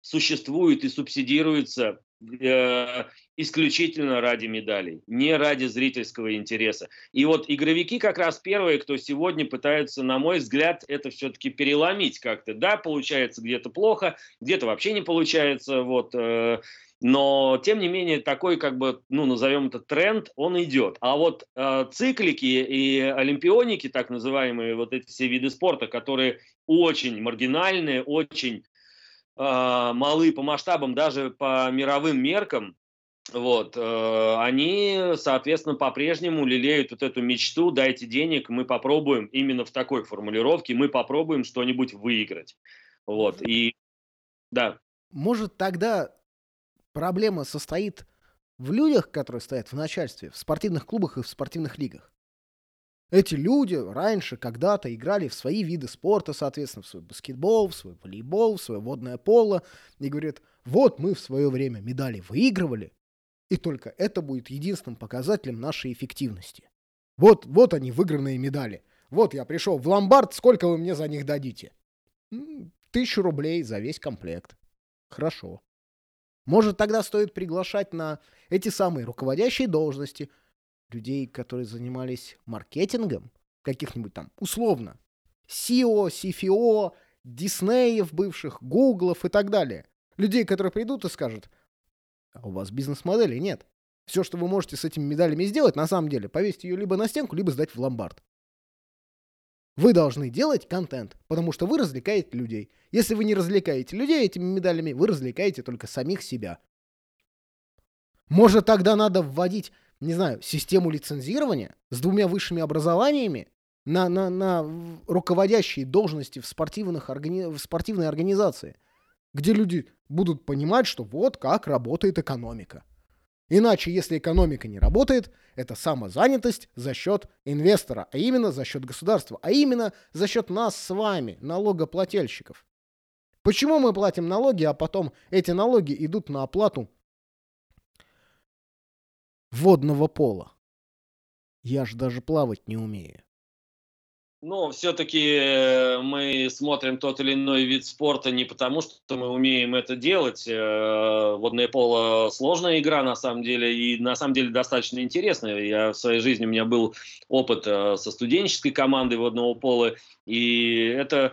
существует и субсидируется исключительно ради медалей, не ради зрительского интереса. И вот игровики как раз первые, кто сегодня пытаются, на мой взгляд, это все-таки переломить как-то. Да, получается где-то плохо, где-то вообще не получается, вот, но, тем не менее, такой, как бы, ну, назовем это тренд, он идет. А вот циклики и олимпионики, так называемые, вот эти все виды спорта, которые очень маргинальные, очень малы по масштабам, даже по мировым меркам, вот, они, соответственно, по-прежнему лелеют вот эту мечту: дайте денег, мы попробуем, именно в такой формулировке, мы попробуем что-нибудь выиграть. Вот, и да. Может, тогда проблема состоит в людях, которые стоят в начальстве, в спортивных клубах и в спортивных лигах. Эти люди раньше когда-то играли в свои виды спорта, соответственно, в свой баскетбол, в свой волейбол, в свое водное поло, и говорят: вот мы в свое время медали выигрывали, и только это будет единственным показателем нашей эффективности. Вот они, выигранные медали. Вот я пришел в ломбард, сколько вы мне за них дадите? 1000 рублей за весь комплект. Хорошо. Может, тогда стоит приглашать на эти самые руководящие должности людей, которые занимались маркетингом, каких-нибудь там, условно, SEO, CFO, Диснеев бывших, Гуглов и так далее. Людей, которые придут и скажут: а у вас бизнес-модели нет. Все, что вы можете с этими медалями сделать, на самом деле, повесить ее либо на стенку, либо сдать в ломбард. Вы должны делать контент, потому что вы развлекаете людей. Если вы не развлекаете людей этими медалями, вы развлекаете только самих себя. Может, тогда надо вводить, не знаю, систему лицензирования с 2 высшими образованиями на руководящие должности в спортивной организации, где люди будут понимать, что вот как работает экономика. Иначе, если экономика не работает, это самозанятость за счет инвестора, а именно за счет государства, а именно за счет нас с вами, налогоплательщиков. Почему мы платим налоги, а потом эти налоги идут на оплату водного пола? Я же даже плавать не умею. Но все-таки мы смотрим тот или иной вид спорта не потому, что мы умеем это делать. Водное поло — сложная игра, на самом деле, и на самом деле достаточно интересная. Я в своей жизни, у меня был опыт со студенческой командой водного пола, и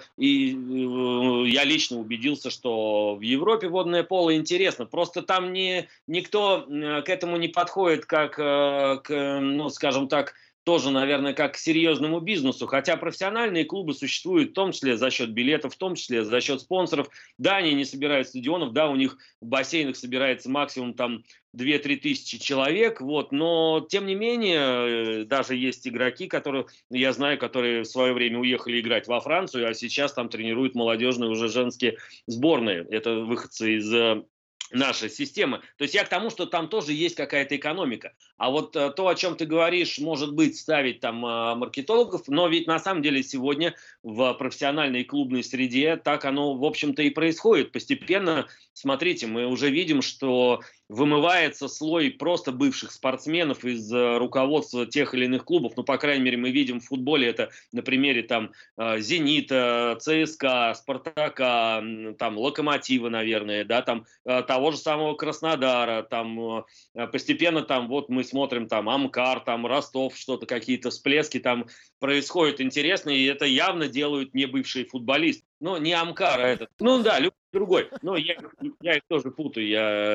я лично убедился, что в Европе водное поло интересно. Просто там никто к этому не подходит как ну, скажем так, тоже, наверное, как к серьезному бизнесу. Хотя профессиональные клубы существуют в том числе за счет билетов, в том числе за счет спонсоров. Да, они не собирают стадионов, да, у них в бассейнах собирается максимум там 2-3 тысячи человек, вот, но тем не менее, даже есть игроки, которые, я знаю, которые в свое время уехали играть во Францию, а сейчас там тренируют молодежные уже женские сборные. Это выходцы из нашей системы. То есть я к тому, что там тоже есть какая-то экономика. А вот то, о чем ты говоришь, может быть, ставить там маркетологов, но ведь на самом деле сегодня в профессиональной клубной среде так оно, в общем-то, и происходит. Постепенно, смотрите, мы уже видим, что вымывается слой просто бывших спортсменов из руководства тех или иных клубов. Ну, по крайней мере, мы видим в футболе это на примере там «Зенита», ЦСКА, «Спартака», там «Локомотива», наверное, да, там того же самого Краснодара, там постепенно там вот мы смотрим там Амкар, там Ростов, что-то, какие-то всплески там происходят интересные, и это явно делают не бывшие футболисты. Ну, не Амкар, а этот. Ну да, любой другой. Но я их тоже путаю.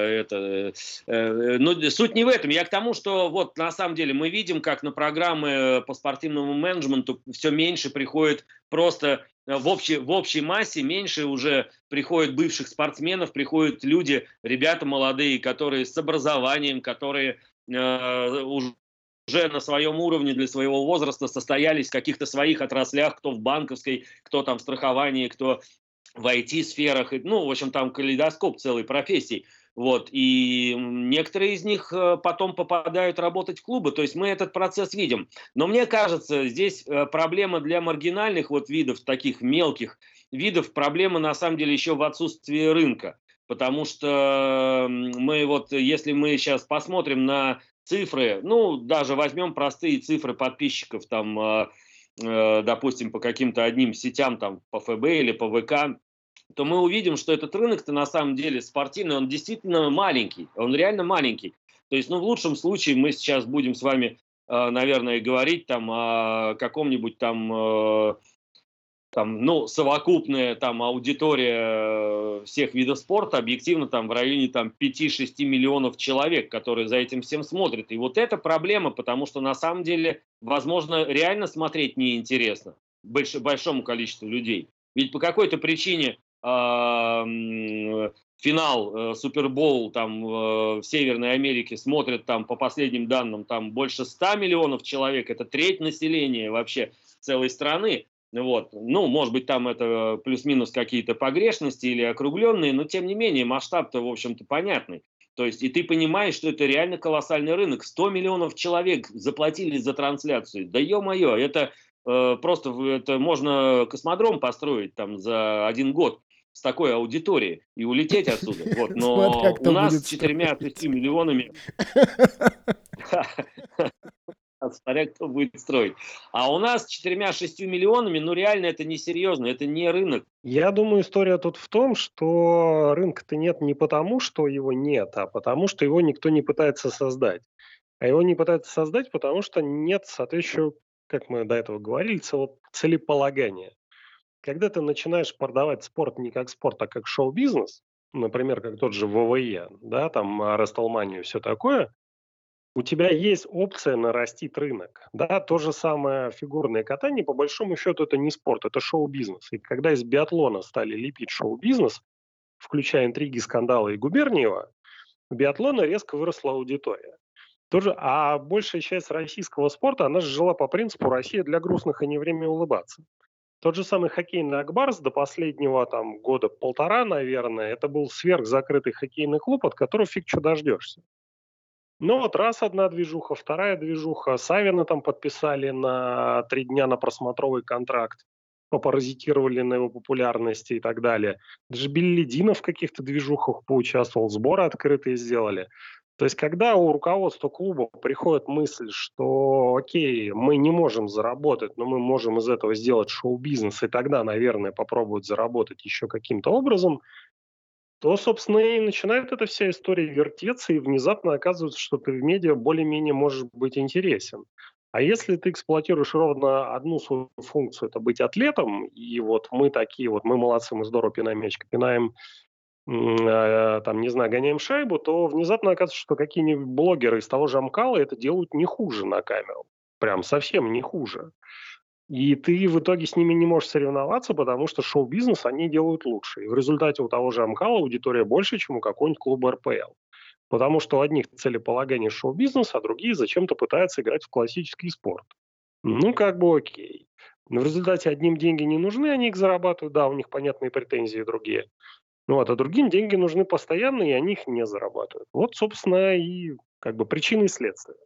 Но суть не в этом. Я к тому, что вот на самом деле мы видим, как на программы по спортивному менеджменту все меньше приходит просто в общей массе, меньше уже приходит бывших спортсменов, приходят люди, ребята молодые, которые с образованием, которые уже на своем уровне для своего возраста состоялись в каких-то своих отраслях, кто в банковской, кто там в страховании, кто в IT-сферах, ну, в общем, там калейдоскоп целой профессий. Вот, и некоторые из них потом попадают работать в клубы, то есть мы этот процесс видим. Но мне кажется, здесь проблема для маргинальных вот видов, таких мелких видов, проблема на самом деле еще в отсутствии рынка. Потому что мы вот, если мы сейчас посмотрим на цифры, ну, даже возьмем простые цифры подписчиков, там, допустим, по каким-то одним сетям, там, по ФБ или по ВК, то мы увидим, что этот рынок-то на самом деле спортивный, он действительно маленький, он реально маленький. То есть, ну, в лучшем случае мы сейчас будем с вами, наверное, говорить там о каком-нибудь ну, совокупная там аудитория всех видов спорта объективно там в районе там 5-6 миллионов человек, которые за этим всем смотрят. И вот это проблема, потому что на самом деле, возможно, реально смотреть неинтересно большому количеству людей. Ведь по какой-то причине финал Супербоул там в Северной Америке смотрят там по последним данным там больше 100 миллионов человек, это треть населения вообще целой страны. Вот. Ну, может быть, там это плюс-минус какие-то погрешности или округленные, но тем не менее масштаб-то, в общем-то, понятный. То есть, и ты понимаешь, что это реально колоссальный рынок. 100 миллионов человек заплатили за трансляцию. Да ё-моё, это просто это можно космодром построить там за 1 год с такой аудиторией и улететь отсюда. Вот. Но у нас с 4-6 миллионами... Смотря кто будет строить. А у нас с 4-6 миллионами, ну реально это несерьезно, это не рынок. Я думаю, история тут в том, что рынка-то нет не потому, что его нет, а потому, что его никто не пытается создать. А его не пытаются создать, потому что нет соответствующего, как мы до этого говорили, целеполагания. Когда ты начинаешь продавать спорт не как спорт, а как шоу-бизнес, например, как тот же ВВЕ, да, там WrestleMania и все такое, у тебя есть опция нарастить рынок. Да, то же самое фигурное катание, по большому счету, это не спорт, это шоу-бизнес. И когда из биатлона стали лепить шоу-бизнес, включая интриги, скандалы и Губерниева, у биатлона резко выросла аудитория. Тоже, а большая часть российского спорта, она же жила по принципу «Россия для грустных и не время улыбаться». Тот же самый хоккейный Акбарс до последнего там, года полтора, наверное, это был сверхзакрытый хоккейный клуб, от которого фиг что дождешься. Ну вот раз одна движуха, вторая движуха. Савина там подписали на 3 дня на просмотровый контракт, попаразитировали на его популярности и так далее. Даже Беллидинов в каких-то движухах поучаствовал, сборы открытые сделали. То есть когда у руководства клуба приходит мысль, что окей, мы не можем заработать, но мы можем из этого сделать шоу-бизнес, и тогда, наверное, попробуют заработать еще каким-то образом, то, собственно, и начинает эта вся история вертеться, и внезапно оказывается, что ты в медиа более-менее можешь быть интересен. А если ты эксплуатируешь ровно одну свою функцию, это быть атлетом, и вот мы такие вот, мы молодцы, мы здорово пинаем мячик, пинаем, там, не знаю, гоняем шайбу, то внезапно оказывается, что какие-нибудь блогеры из того же Амкала это делают не хуже на камеру. Прям совсем не хуже. И ты в итоге с ними не можешь соревноваться, потому что шоу-бизнес они делают лучше. И в результате у того же Амкала аудитория больше, чем у какого-нибудь клуба РПЛ. Потому что у одних целеполагание шоу-бизнес, а другие зачем-то пытаются играть в классический спорт. Ну, как бы окей. Но в результате одним деньги не нужны, они их зарабатывают, да, у них понятные претензии другие. Вот, а другим деньги нужны постоянно, и они их не зарабатывают. Вот, собственно, и как бы причины и следствия.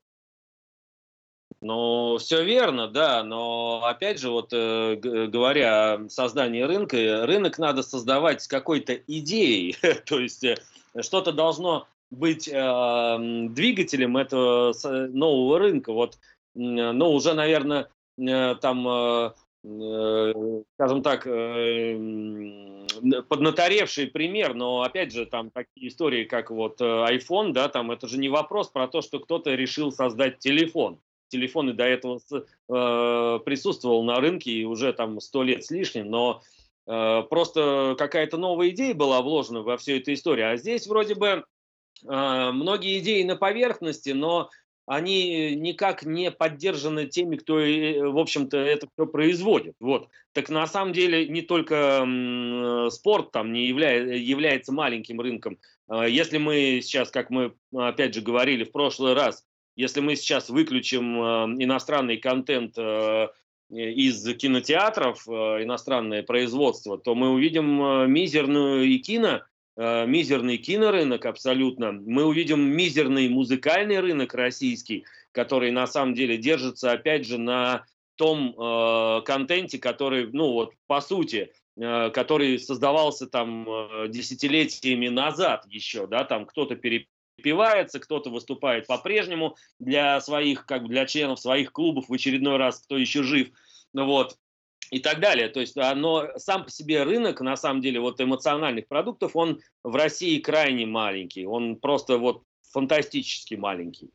Ну, все верно, да, но опять же, вот говоря о создании рынка, рынок надо создавать с какой-то идеей, то есть что-то должно быть двигателем этого нового рынка. Вот, ну, уже, наверное, там, скажем так, поднаторевший пример, но опять же, там такие истории, как вот iPhone, да, там это же не вопрос про то, что кто-то решил создать телефон. Телефон и до этого присутствовал на рынке и уже там 100 лет с лишним, но просто какая-то новая идея была вложена во всю эту историю. А здесь вроде бы многие идеи на поверхности, но они никак не поддержаны теми, кто, в общем-то, это все производит. Вот. Так на самом деле не только спорт там не является маленьким рынком. Если мы сейчас, как мы опять же говорили в прошлый раз, если мы сейчас выключим иностранный контент из кинотеатров, иностранное производство, то мы увидим мизерный кинорынок абсолютно. Мы увидим мизерный музыкальный рынок российский, который на самом деле держится, опять же, на том контенте, который, ну вот, по сути, который создавался там десятилетиями назад еще, да, там кто-то перепевается, кто-то выступает по-прежнему для своих, как бы для членов своих клубов в очередной раз, кто еще жив, ну вот. и так далее. То есть, но сам по себе рынок, на самом деле, вот эмоциональных продуктов, он в России крайне маленький. Он просто вот фантастически маленький.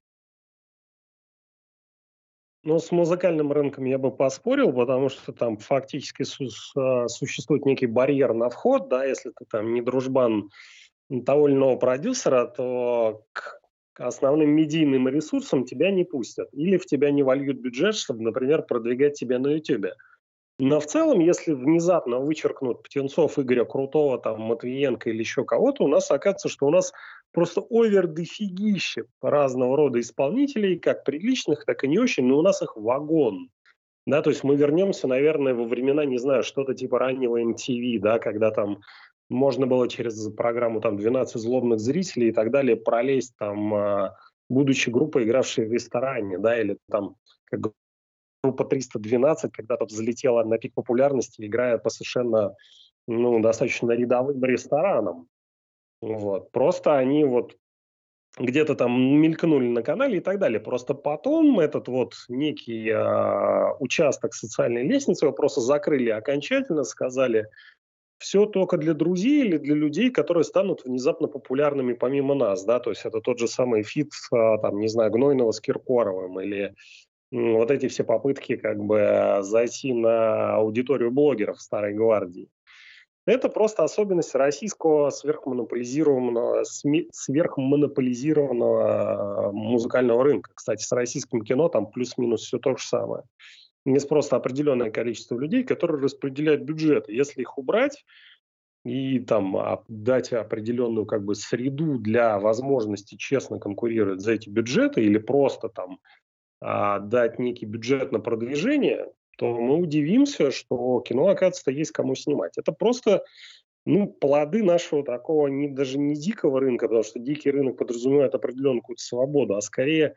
Ну, с музыкальным рынком я бы поспорил, потому что там фактически существует некий барьер на вход, да, если ты там не дружбан того или иного продюсера, то к основным медийным ресурсам тебя не пустят. Или в тебя не вольют бюджет, чтобы, например, продвигать тебя на YouTube. Но в целом, если внезапно вычеркнут Птенцов, Игоря Крутого, там, Матвиенко или еще кого-то, у нас окажется, что у нас просто овер-дофигище разного рода исполнителей, как приличных, так и не очень, но у нас их вагон. Да, то есть мы вернемся, наверное, во времена, не знаю, что-то типа раннего MTV, да, когда там можно было через программу там 12 злобных зрителей и так далее пролезть там, будучи группой, игравшей в ресторане, да, или там как группа 312 когда-то взлетела на пик популярности, играя по совершенно, ну, достаточно рядовым ресторанам. Вот. Просто они вот где-то там мелькнули на канале и так далее. Просто потом этот вот некий участок социальной лестницы его просто закрыли окончательно, сказали, все только для друзей или для людей, которые станут внезапно популярными помимо нас, да, то есть это тот же самый фит, там, не знаю, Гнойного с Киркоровым или вот эти все попытки как бы зайти на аудиторию блогеров Старой Гвардии. Это просто особенность российского сверхмонополизированного музыкального рынка. Кстати, с российским кино там плюс-минус все то же самое. Есть просто определенное количество людей, которые распределяют бюджеты. Если их убрать и там дать определенную как бы среду для возможности честно конкурировать за эти бюджеты или просто там дать некий бюджет на продвижение, то мы удивимся, что кино, оказывается, есть кому снимать. Это просто плоды нашего такого даже не дикого рынка, потому что дикий рынок подразумевает определенную какую-то свободу, а скорее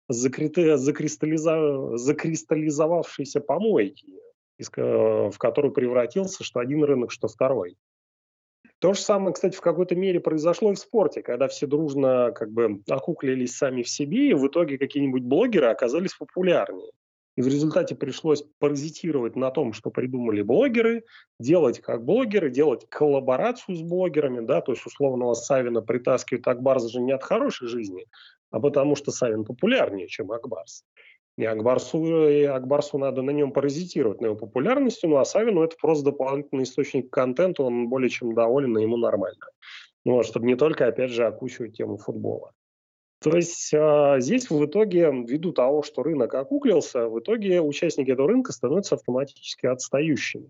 закристаллизовавшиеся помойки, в которую превратился что один рынок, что второй. То же самое, кстати, в какой-то мере произошло и в спорте, когда все дружно как бы окуклились сами в себе, и в итоге какие-нибудь блогеры оказались популярнее. И в результате пришлось паразитировать на том, что придумали блогеры, делать как блогеры, делать коллаборацию с блогерами, да, то есть условного Савина притаскивают Акбарс же не от хорошей жизни, а потому что Савин популярнее, чем Акбарс. И Акбарсу надо на нем паразитировать, на его популярности, ну а Савину это просто дополнительный источник контента, он более чем доволен, и ему нормально. Вот, чтобы не только, опять же, окучивать тему футбола. То есть здесь в итоге, ввиду того, что рынок окуклился, в итоге участники этого рынка становятся автоматически отстающими.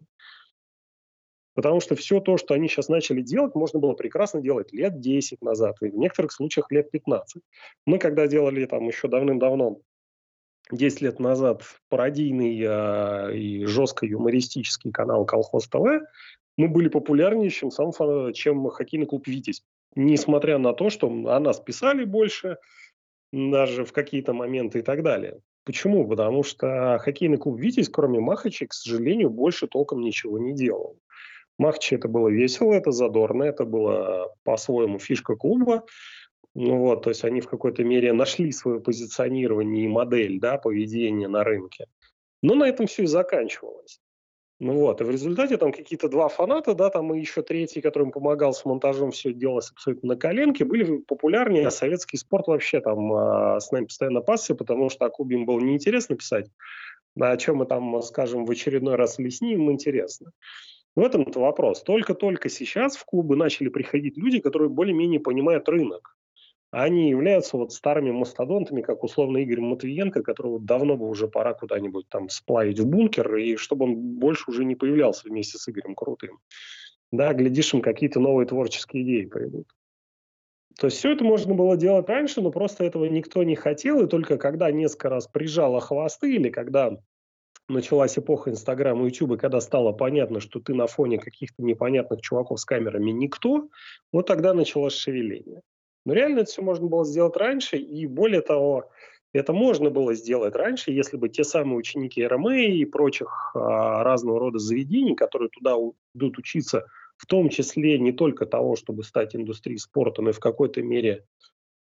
Потому что все то, что они сейчас начали делать, можно было прекрасно делать лет 10 назад, и в некоторых случаях лет 15. Мы когда делали там еще давным-давно 10 лет назад пародийный и жестко юмористический канал «Колхоз ТВ», мы были популярнее, чем хоккейный клуб «Витязь». Несмотря на то, что о нас писали больше, даже в какие-то моменты и так далее. Почему? Потому что хоккейный клуб «Витязь», кроме Махачей, к сожалению, больше толком ничего не делал. Махачи это было весело, это задорно, это было по-своему фишка клуба. То есть они в какой-то мере нашли свое позиционирование и модель, да, поведения на рынке. Но на этом все и заканчивалось. И в результате там какие-то два фаната, да, там и еще третий, который им помогал с монтажом, все делалось абсолютно на коленке, были популярнее, а советский спорт вообще там с нами постоянно пасся, потому что о клубе им было неинтересно писать, а о чем мы там скажем в очередной раз лесни, им интересно. В этом-то вопрос. Только-только сейчас в клубы начали приходить люди, которые более-менее понимают рынок. Они являются вот старыми мастодонтами, как условно Игорь Матвиенко, которого давно бы уже пора куда-нибудь там сплавить в бункер, и чтобы он больше уже не появлялся вместе с Игорем Крутым. Да, глядишь, им какие-то новые творческие идеи придут. То есть все это можно было делать раньше, но просто этого никто не хотел, и только когда несколько раз прижало хвосты, или когда началась эпоха Инстаграма и Ютуба, когда стало понятно, что ты на фоне каких-то непонятных чуваков с камерами никто, вот тогда началось шевеление. Но реально это все можно было сделать раньше, и более того, это можно было сделать раньше, если бы те самые ученики РМА и прочих разного рода заведений, которые туда идут учиться, в том числе не только того, чтобы стать индустрией спорта, но и в какой-то мере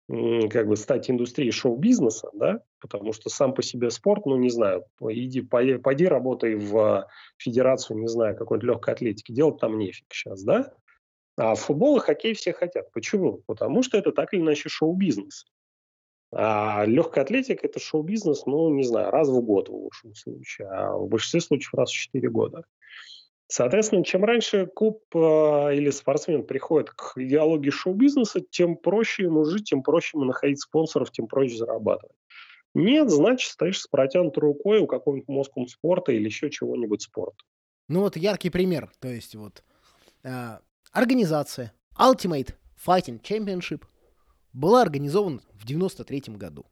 как бы стать индустрией шоу-бизнеса, да, потому что сам по себе спорт, ну, не знаю, пойди работай в федерацию, не знаю, какой-нибудь легкой атлетики, делать там нефиг сейчас, да, а в футбол и хоккей все хотят. Почему? Потому что это так или иначе шоу-бизнес. А легкая атлетика – это шоу-бизнес, ну, не знаю, раз в год в лучшем случае, а в большинстве случаев раз в 4 года. Соответственно, чем раньше клуб или спортсмен приходит к идеологии шоу-бизнеса, тем проще ему жить, тем проще ему находить спонсоров, тем проще зарабатывать. Нет, значит, стоишь с протянутой рукой у какого-нибудь Моском спорта или еще чего-нибудь спорта. Ну вот яркий пример, то есть вот организация Ultimate Fighting Championship была организована в 93 году.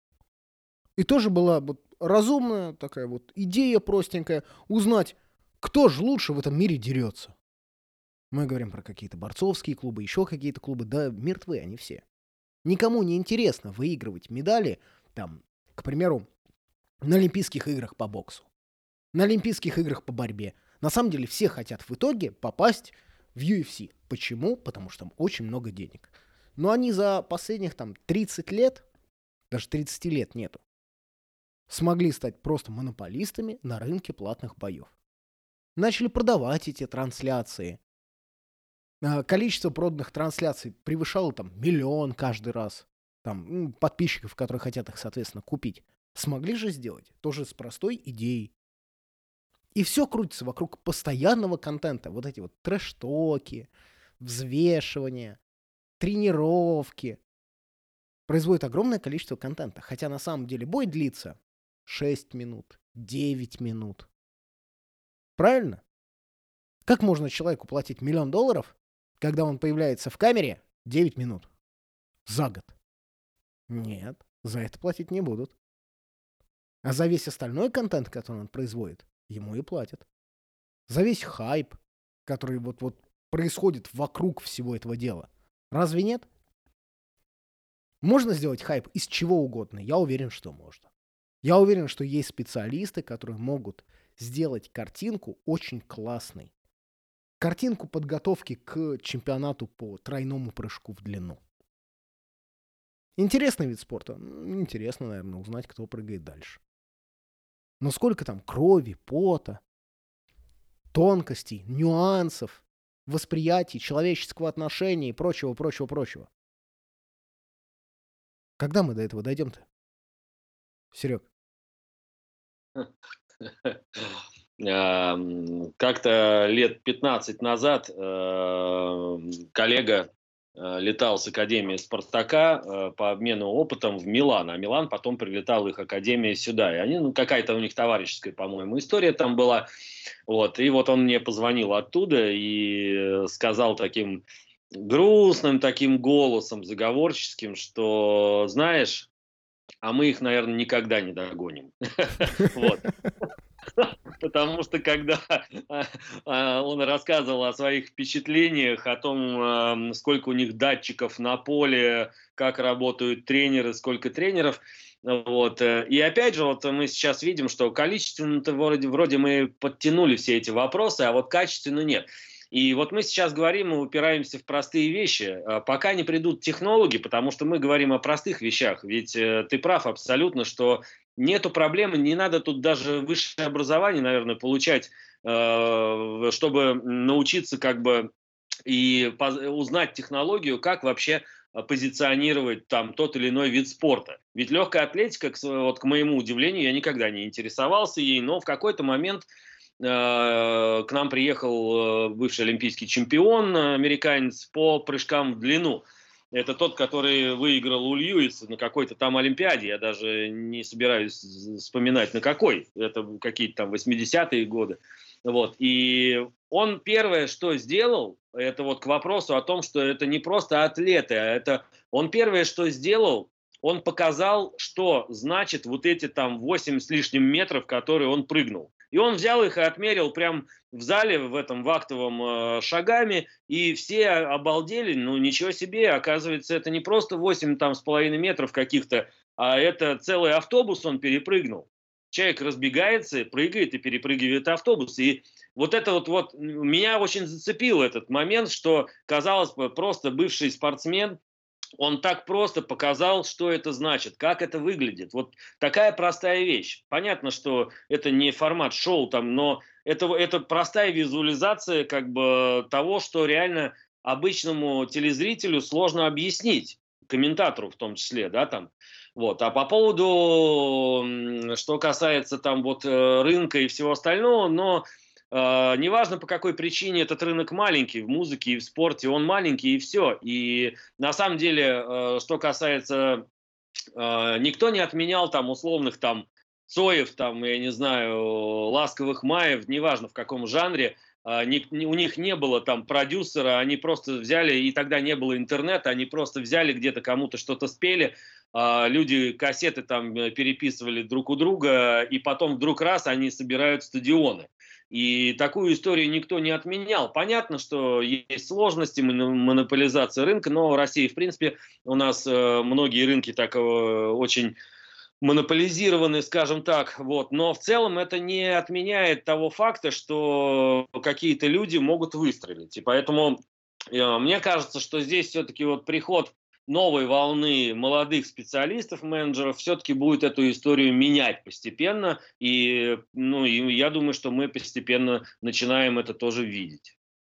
И тоже была вот разумная такая вот идея простенькая узнать, кто же лучше в этом мире дерется. Мы говорим про какие-то борцовские клубы, еще какие-то клубы, да мертвы они все. Никому не интересно выигрывать медали, там, к примеру, на Олимпийских играх по боксу, на Олимпийских играх по борьбе. На самом деле все хотят в итоге попасть в UFC. Почему? Потому что там очень много денег. Но они за последних там 30 лет, даже 30 лет нету, смогли стать просто монополистами на рынке платных боев. Начали продавать эти трансляции. Количество проданных трансляций превышало там 1 миллион каждый раз. Там подписчиков, которые хотят их, соответственно, купить. Смогли же сделать. Тоже с простой идеей. И все крутится вокруг постоянного контента. Вот эти вот трэш-токи, взвешивания, тренировки. Производит огромное количество контента. Хотя на самом деле бой длится 6 минут, 9 минут. Правильно? Как можно человеку платить $1 миллион, когда он появляется в камере 9 минут за год? Нет, за это платить не будут. А за весь остальной контент, который он производит, ему и платят. За весь хайп, который вот происходит вокруг всего этого дела. Разве нет? Можно сделать хайп из чего угодно? Я уверен, что можно. Я уверен, что есть специалисты, которые могут сделать картинку очень классной. Картинку подготовки к чемпионату по тройному прыжку в длину. Интересный вид спорта. Интересно, наверное, узнать, кто прыгает дальше. Но сколько там крови, пота, тонкостей, нюансов, восприятий, человеческого отношения и прочего. Когда мы до этого дойдем-то? Серег. Как-то лет 15 назад коллега летал с Академии Спартака по обмену опытом в Милан, а Милан потом прилетал их Академия сюда. И они, какая-то у них товарищеская, по-моему, история там была. Вот. И вот он мне позвонил оттуда и сказал таким грустным таким голосом, заговорческим, что, знаешь, а мы их, наверное, никогда не догоним. Вот. Потому что когда он рассказывал о своих впечатлениях, о том, сколько у них датчиков на поле, как работают тренеры, сколько тренеров, вот. И опять же, вот мы сейчас видим, что количественно-то вроде мы подтянули все эти вопросы, а вот качественно нет. И вот мы сейчас говорим, мы упираемся в простые вещи, пока не придут технологи, потому что мы говорим о простых вещах. Ведь ты прав абсолютно, что нету проблемы, не надо тут даже высшее образование, наверное, получать, чтобы научиться как бы и узнать технологию, как вообще позиционировать там тот или иной вид спорта. Ведь легкая атлетика, вот к моему удивлению, я никогда не интересовался ей, но в какой-то момент к нам приехал бывший олимпийский чемпион, американец, по прыжкам в длину. Это тот, который выиграл у Льюиса на какой-то там Олимпиаде. Я даже не собираюсь вспоминать, на какой. Это какие-то там 80-е годы. Вот. И он первое, что сделал, это вот к вопросу о том, что это не просто атлеты, а это он первое, что сделал, он показал, что значит вот эти там 8 с лишним метров, которые он прыгнул. И он взял их и отмерил прям в зале, в этом вахтовом шагами, и все обалдели, ну ничего себе, оказывается, это не просто 8 там с половиной метров каких-то, а это целый автобус он перепрыгнул. Человек разбегается, прыгает и перепрыгивает автобус. И вот это вот меня очень зацепил этот момент, что, казалось бы, просто бывший спортсмен, он так просто показал, что это значит, как это выглядит. Вот такая простая вещь. Понятно, что это не формат шоу, там, но это простая визуализация как бы того, что реально обычному телезрителю сложно объяснить, комментатору в том числе, да, там. Вот. А по поводу, что касается там вот рынка и всего остального, но неважно по какой причине этот рынок маленький, в музыке и в спорте он маленький и все. И на самом деле, что касается, никто не отменял там условных там Цоев, там, я не знаю, Ласковых Маев, неважно в каком жанре, у них не было там продюсера, они просто взяли, и тогда не было интернета, они просто взяли где-то кому-то что-то спели, люди кассеты там переписывали друг у друга, и потом вдруг раз они собирают стадионы. И такую историю никто не отменял. Понятно, что есть сложности монополизации рынка, но в России, в принципе, у нас многие рынки так очень монополизированы, скажем так. Вот. Но в целом это не отменяет того факта, что какие-то люди могут выстрелить. И поэтому мне кажется, что здесь все-таки вот приход новой волны молодых специалистов, менеджеров, все-таки будет эту историю менять постепенно. И, ну, и я думаю, что мы постепенно начинаем это тоже видеть.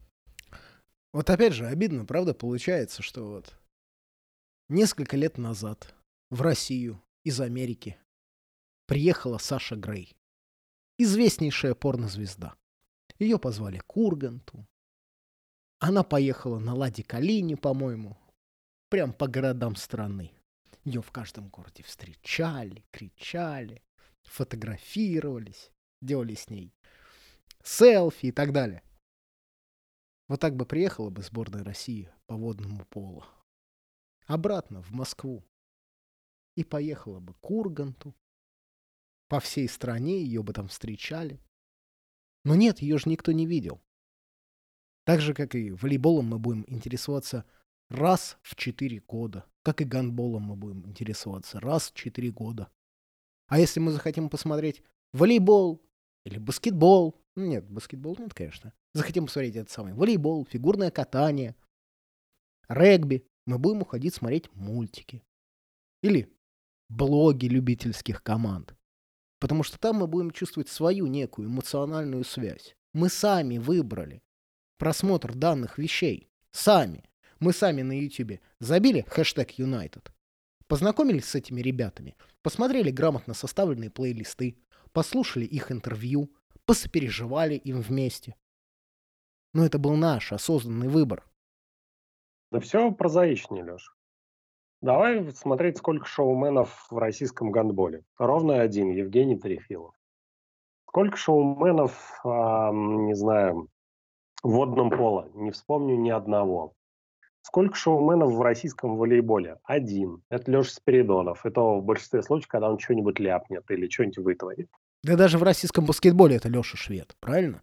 Вот опять же, обидно, правда, получается, что вот несколько лет назад в Россию из Америки приехала Саша Грей, известнейшая порнозвезда. Ее позвали к Урганту. Она поехала на Ладе Калине, по-моему, прям по городам страны. Ее в каждом городе встречали, кричали, фотографировались, делали с ней селфи и так далее. Вот так бы приехала бы сборная России по водному полу. Обратно в Москву. И поехала бы к Урганту. По всей стране ее бы там встречали. Но нет, ее же никто не видел. Так же, как и волейболом мы будем интересоваться раз в 4 года. Как и гандболом мы будем интересоваться раз в 4 года. А если мы захотим посмотреть волейбол или баскетбол, нет, баскетбол нет, конечно. Захотим посмотреть этот самый волейбол, фигурное катание, регби, мы будем уходить смотреть мультики. Или блоги любительских команд. Потому что там мы будем чувствовать свою некую эмоциональную связь. Мы сами выбрали просмотр данных вещей. Сами. Мы сами на YouTube забили хэштег United, познакомились с этими ребятами, посмотрели грамотно составленные плейлисты, послушали их интервью, посопереживали им вместе. Но это был наш осознанный выбор. Да все прозаичнее, Леш. Давай смотреть, сколько шоуменов в российском гандболе. Ровно один, Евгений Трефилов. Сколько шоуменов, не знаю, в водном поло? Не вспомню ни одного. Сколько шоуменов в российском волейболе? Один. Это Леша Спиридонов. Это в большинстве случаев, когда он что-нибудь ляпнет или что-нибудь вытворит. Да даже в российском баскетболе это Леша Швед, правильно?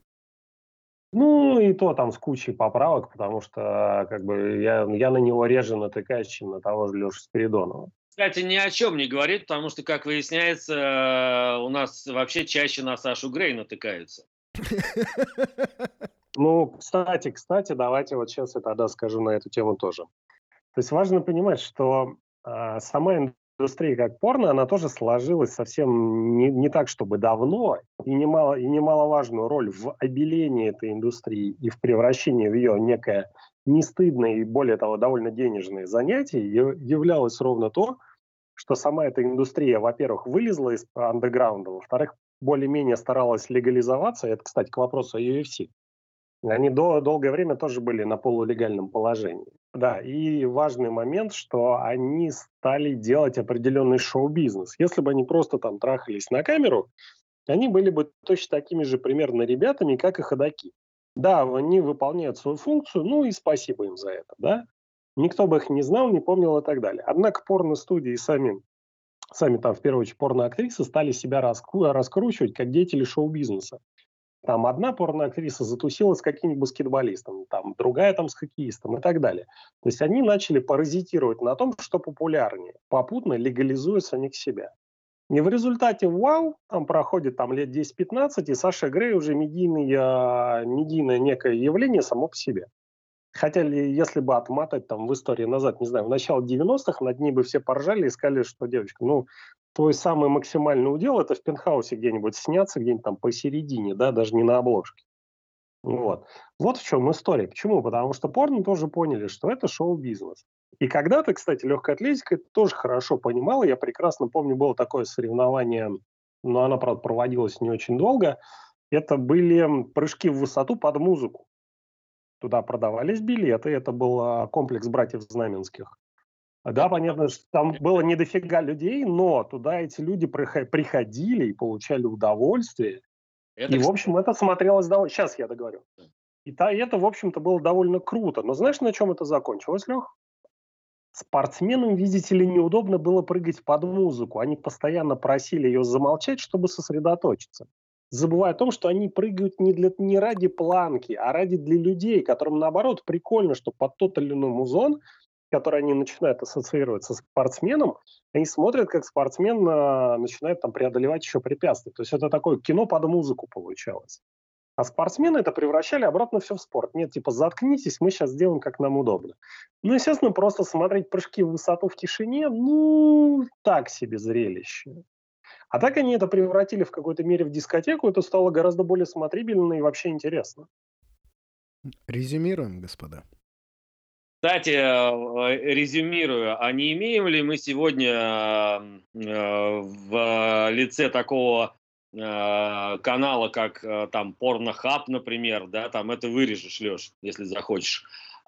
Ну, и то там с кучей поправок, потому что как бы я на него реже натыкаюсь, чем на того же Лешу Спиридонова. Кстати, ни о чем не говорит, потому что, как выясняется, у нас вообще чаще на Сашу Грей натыкаются. Ну, кстати, давайте вот сейчас я тогда скажу на эту тему тоже. То есть важно понимать, что сама индустрия как порно, она тоже сложилась совсем не так, чтобы давно, и немаловажную роль в обелении этой индустрии и в превращении в ее некое нестыдное и, более того, довольно денежное занятие являлось ровно то, что сама эта индустрия, во-первых, вылезла из андеграунда, во-вторых, более-менее старалась легализоваться. Это, кстати, к вопросу о UFC. Они долгое время тоже были на полулегальном положении. Да, и важный момент, что они стали делать определенный шоу-бизнес. Если бы они просто там трахались на камеру, они были бы точно такими же примерно ребятами, как и ходаки. Да, они выполняют свою функцию, ну и спасибо им за это, да. Никто бы их не знал, не помнил и так далее. Однако порно-студии сами там, в первую очередь, порно-актрисы стали себя раскручивать как деятели шоу-бизнеса. Там одна порноактриса затусила с каким-нибудь баскетболистом, там другая там с хоккеистом и так далее. То есть они начали паразитировать на том, что популярнее, попутно легализуя самих себя. И в результате, вау, там проходит там, лет 10-15, и Саша Грей уже медийное некое явление само по себе. Хотя, если бы отмотать там в истории назад, не знаю, в начало 90-х над ней бы все поржали и сказали, что, девочка, ну, твой самый максимальный удел – это в пентхаусе где-нибудь сняться, где-нибудь там посередине, да, даже не на обложке. Вот. Вот в чем история. Почему? Потому что порно тоже поняли, что это шоу-бизнес. И когда-то, кстати, легкая атлетика это тоже хорошо понимала. Я прекрасно помню, было такое соревнование, но оно, правда, проводилось не очень долго. Это были прыжки в высоту под музыку. Туда продавались билеты. Это был комплекс братьев Знаменских. Да, понятно, что там было не дофига людей, но туда эти люди приходили и получали удовольствие. Это, И, в общем, это смотрелось довольно... Сейчас я договорю. И это, в общем-то, было довольно круто. Но знаешь, на чем это закончилось, Лех? Спортсменам, видите ли, неудобно было прыгать под музыку. Они постоянно просили ее замолчать, чтобы сосредоточиться. Забывая о том, что они прыгают не ради планки, а ради для людей, которым, наоборот, прикольно, что под тот или иной музон, который они начинают ассоциировать со спортсменом, они смотрят, как спортсмен начинает там преодолевать еще препятствия. То есть это такое кино под музыку получалось. А спортсмены это превращали обратно все в спорт. Нет, типа, заткнитесь, мы сейчас сделаем, как нам удобно. Ну, естественно, просто смотреть прыжки в высоту в тишине, ну, так себе зрелище. А так они это превратили в какой-то мере в дискотеку, это стало гораздо более смотрибельно и вообще интересно. Резюмируем, господа. Кстати, резюмирую, а не имеем ли мы сегодня в лице такого канала, как там Pornhub, например, да, там это вырежешь, Леш, если захочешь.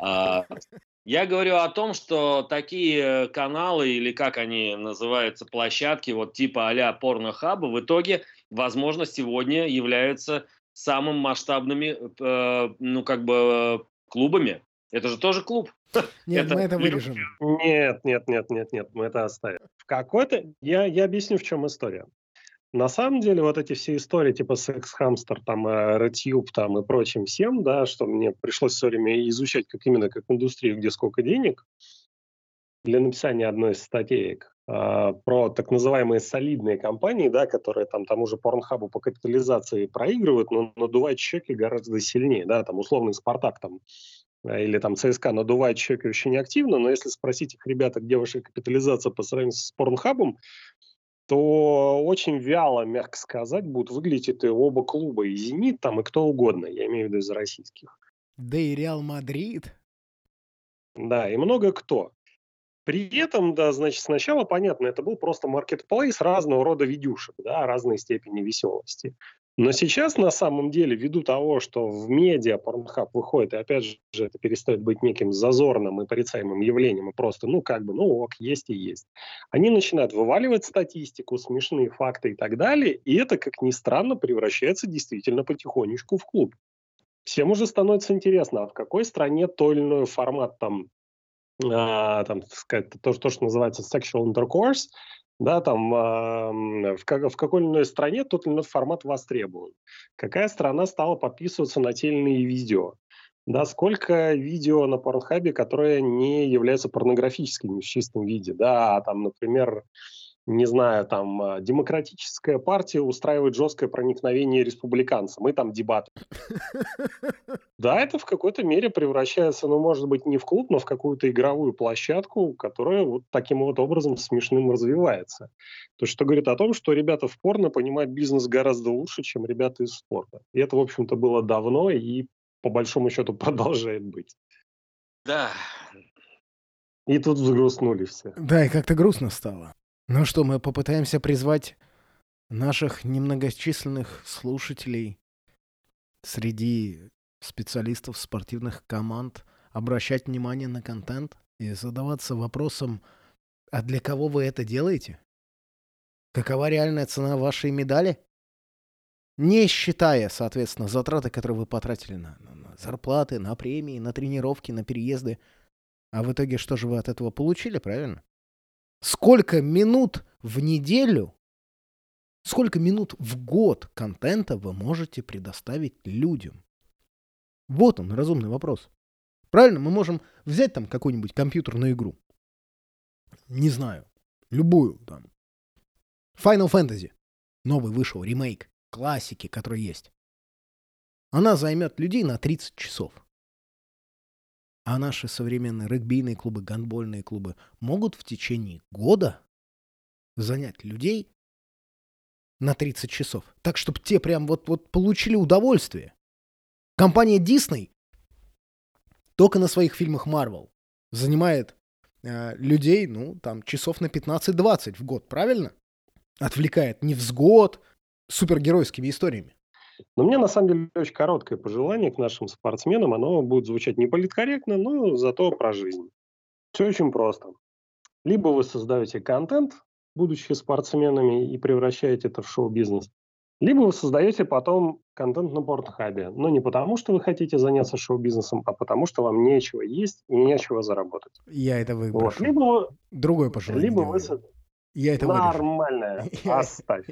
Я говорю о том, что такие каналы, или как они называются, площадки, вот типа а-ля Pornhub, в итоге, возможно, сегодня являются самыми масштабными, ну, как бы, клубами. Это же тоже клуб. Нет, мы это вырежем. Нет, мы это оставим. В какой-то... Я объясню, в чем история. На самом деле, вот эти все истории, типа секс-хамстер, там, RedTube, там, и прочим всем, да, что мне пришлось все время изучать как именно как индустрию, где сколько денег, для написания одной из статеек про так называемые солидные компании, да, которые там тому же Порнхабу по капитализации проигрывают, но надувают щеки гораздо сильнее, да, там условный Спартак там или там ЦСКА надувает щеки очень активно, но если спросить их, ребята, где ваша капитализация по сравнению с Порнхабом, то очень вяло, мягко сказать, будут выглядеть и оба клуба, и «Зенит», там, и кто угодно, я имею в виду из российских. Да и Реал Мадрид. Да, и много кто. При этом, да, значит, сначала, понятно, это был просто маркетплейс разного рода видюшек, да, разной степени веселости. Но сейчас, на самом деле, ввиду того, что в медиа Pornhub выходит, и опять же, это перестает быть неким зазорным и порицаемым явлением, и просто, ну, как бы, ну, ок, есть и есть. Они начинают вываливать статистику, смешные факты и так далее, и это, как ни странно, превращается действительно потихонечку в клуб. Всем уже становится интересно, а в какой стране той или иной формат там, так сказать, то, что называется sexual intercourse, да, там в какой-то иной стране тот или иной формат востребован. Какая страна стала подписываться на те или иные видео? Да, сколько видео на Порнхабе, которые не являются порнографическими в чистом виде, да, там, например, не знаю, там, демократическая партия устраивает жесткое проникновение республиканцам, и там дебаты. Да, это в какой-то мере превращается, ну, может быть, не в клуб, но в какую-то игровую площадку, которая вот таким вот образом смешным развивается. То, что говорит о том, что ребята в порно понимают бизнес гораздо лучше, чем ребята из спорта. И это, в общем-то, было давно и, по большому счету, продолжает быть. Да. И тут взгрустнули все. Да, и как-то грустно стало. Ну что, мы попытаемся призвать наших немногочисленных слушателей среди специалистов спортивных команд обращать внимание на контент и задаваться вопросом, а для кого вы это делаете? Какова реальная цена вашей медали? Не считая, соответственно, затраты, которые вы потратили на зарплаты, на премии, на тренировки, на переезды. А в итоге что же вы от этого получили, правильно? Сколько минут в неделю, сколько минут в год контента вы можете предоставить людям? Вот он, разумный вопрос. Правильно, мы можем взять там какую-нибудь компьютерную игру. Не знаю, любую там. Final Fantasy. Новый вышел, ремейк, классики, которые есть. Она займет людей на 30 часов. А наши современные регбийные клубы, гандбольные клубы могут в течение года занять людей на 30 часов. Так, чтобы те прям вот получили удовольствие. Компания Disney только на своих фильмах Marvel занимает людей, часов на 15-20 в год, правильно? Отвлекает невзгод супергеройскими историями. Но мне, на самом деле, очень короткое пожелание к нашим спортсменам. Оно будет звучать не политкорректно, но зато про жизнь. Все очень просто. Либо вы создаете контент, будучи спортсменами, и превращаете это в шоу-бизнес, либо вы создаете потом контент на Порнхабе. Но не потому, что вы хотите заняться шоу-бизнесом, а потому, что вам нечего есть и нечего заработать. Я это выброшу. Либо другое пожелание. Либо вы... Я это Нормально. Оставь.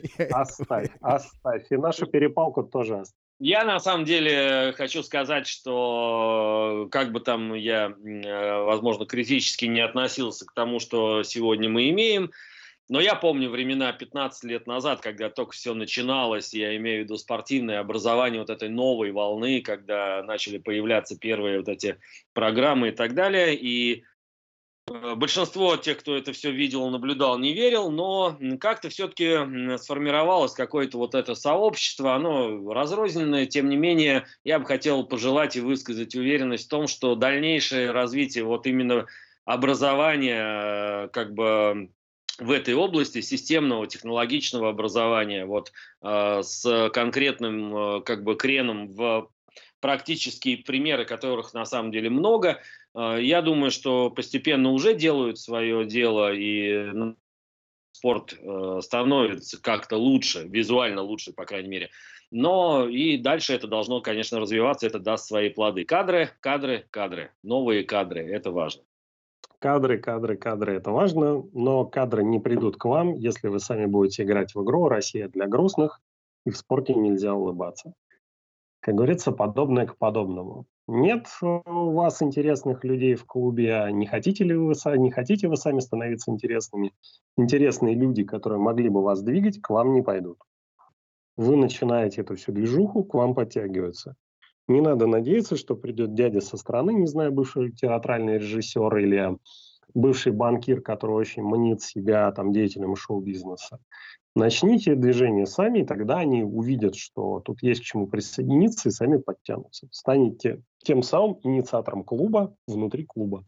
И нашу перепалку тоже оставь. Я на самом деле хочу сказать, что как бы там я, возможно, критически не относился к тому, что сегодня мы имеем, но я помню времена 15 лет назад, когда только все начиналось, я имею в виду спортивное образование вот этой новой волны, когда начали появляться первые вот эти программы и так далее, и большинство тех, кто это все видел, наблюдал, не верил, но как-то все-таки сформировалось какое-то вот это сообщество, оно разрозненное, тем не менее, я бы хотел пожелать и высказать уверенность в том, что дальнейшее развитие вот именно образования как бы в этой области, системного технологичного образования, вот с конкретным как бы креном в практические примеры, которых на самом деле много. Я думаю, что постепенно уже делают свое дело, и спорт становится как-то лучше, визуально лучше, по крайней мере. Но и дальше это должно, конечно, развиваться, это даст свои плоды. Кадры, новые кадры, это важно. Кадры, это важно, но кадры не придут к вам, если вы сами будете играть в игру «Россия для грустных», и в спорте нельзя улыбаться. Как говорится, подобное к подобному. Нет у вас интересных людей в клубе, а не хотите вы сами становиться интересными? Интересные люди, которые могли бы вас двигать, к вам не пойдут. Вы начинаете эту всю движуху, к вам подтягиваются. Не надо надеяться, что придет дядя со стороны, не знаю, бывший театральный режиссер или бывший банкир, который очень мнит себя деятелем шоу-бизнеса. Начните движение сами, и тогда они увидят, что тут есть к чему присоединиться, и сами подтянутся. Станете тем самым инициатором клуба внутри клуба.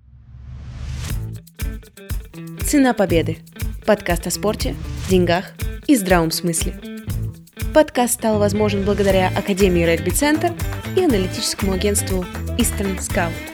«Цена победы» – подкаст о спорте, деньгах и здравом смысле. Подкаст стал возможен благодаря Академии Регби Центр и аналитическому агентству Eastern Scout.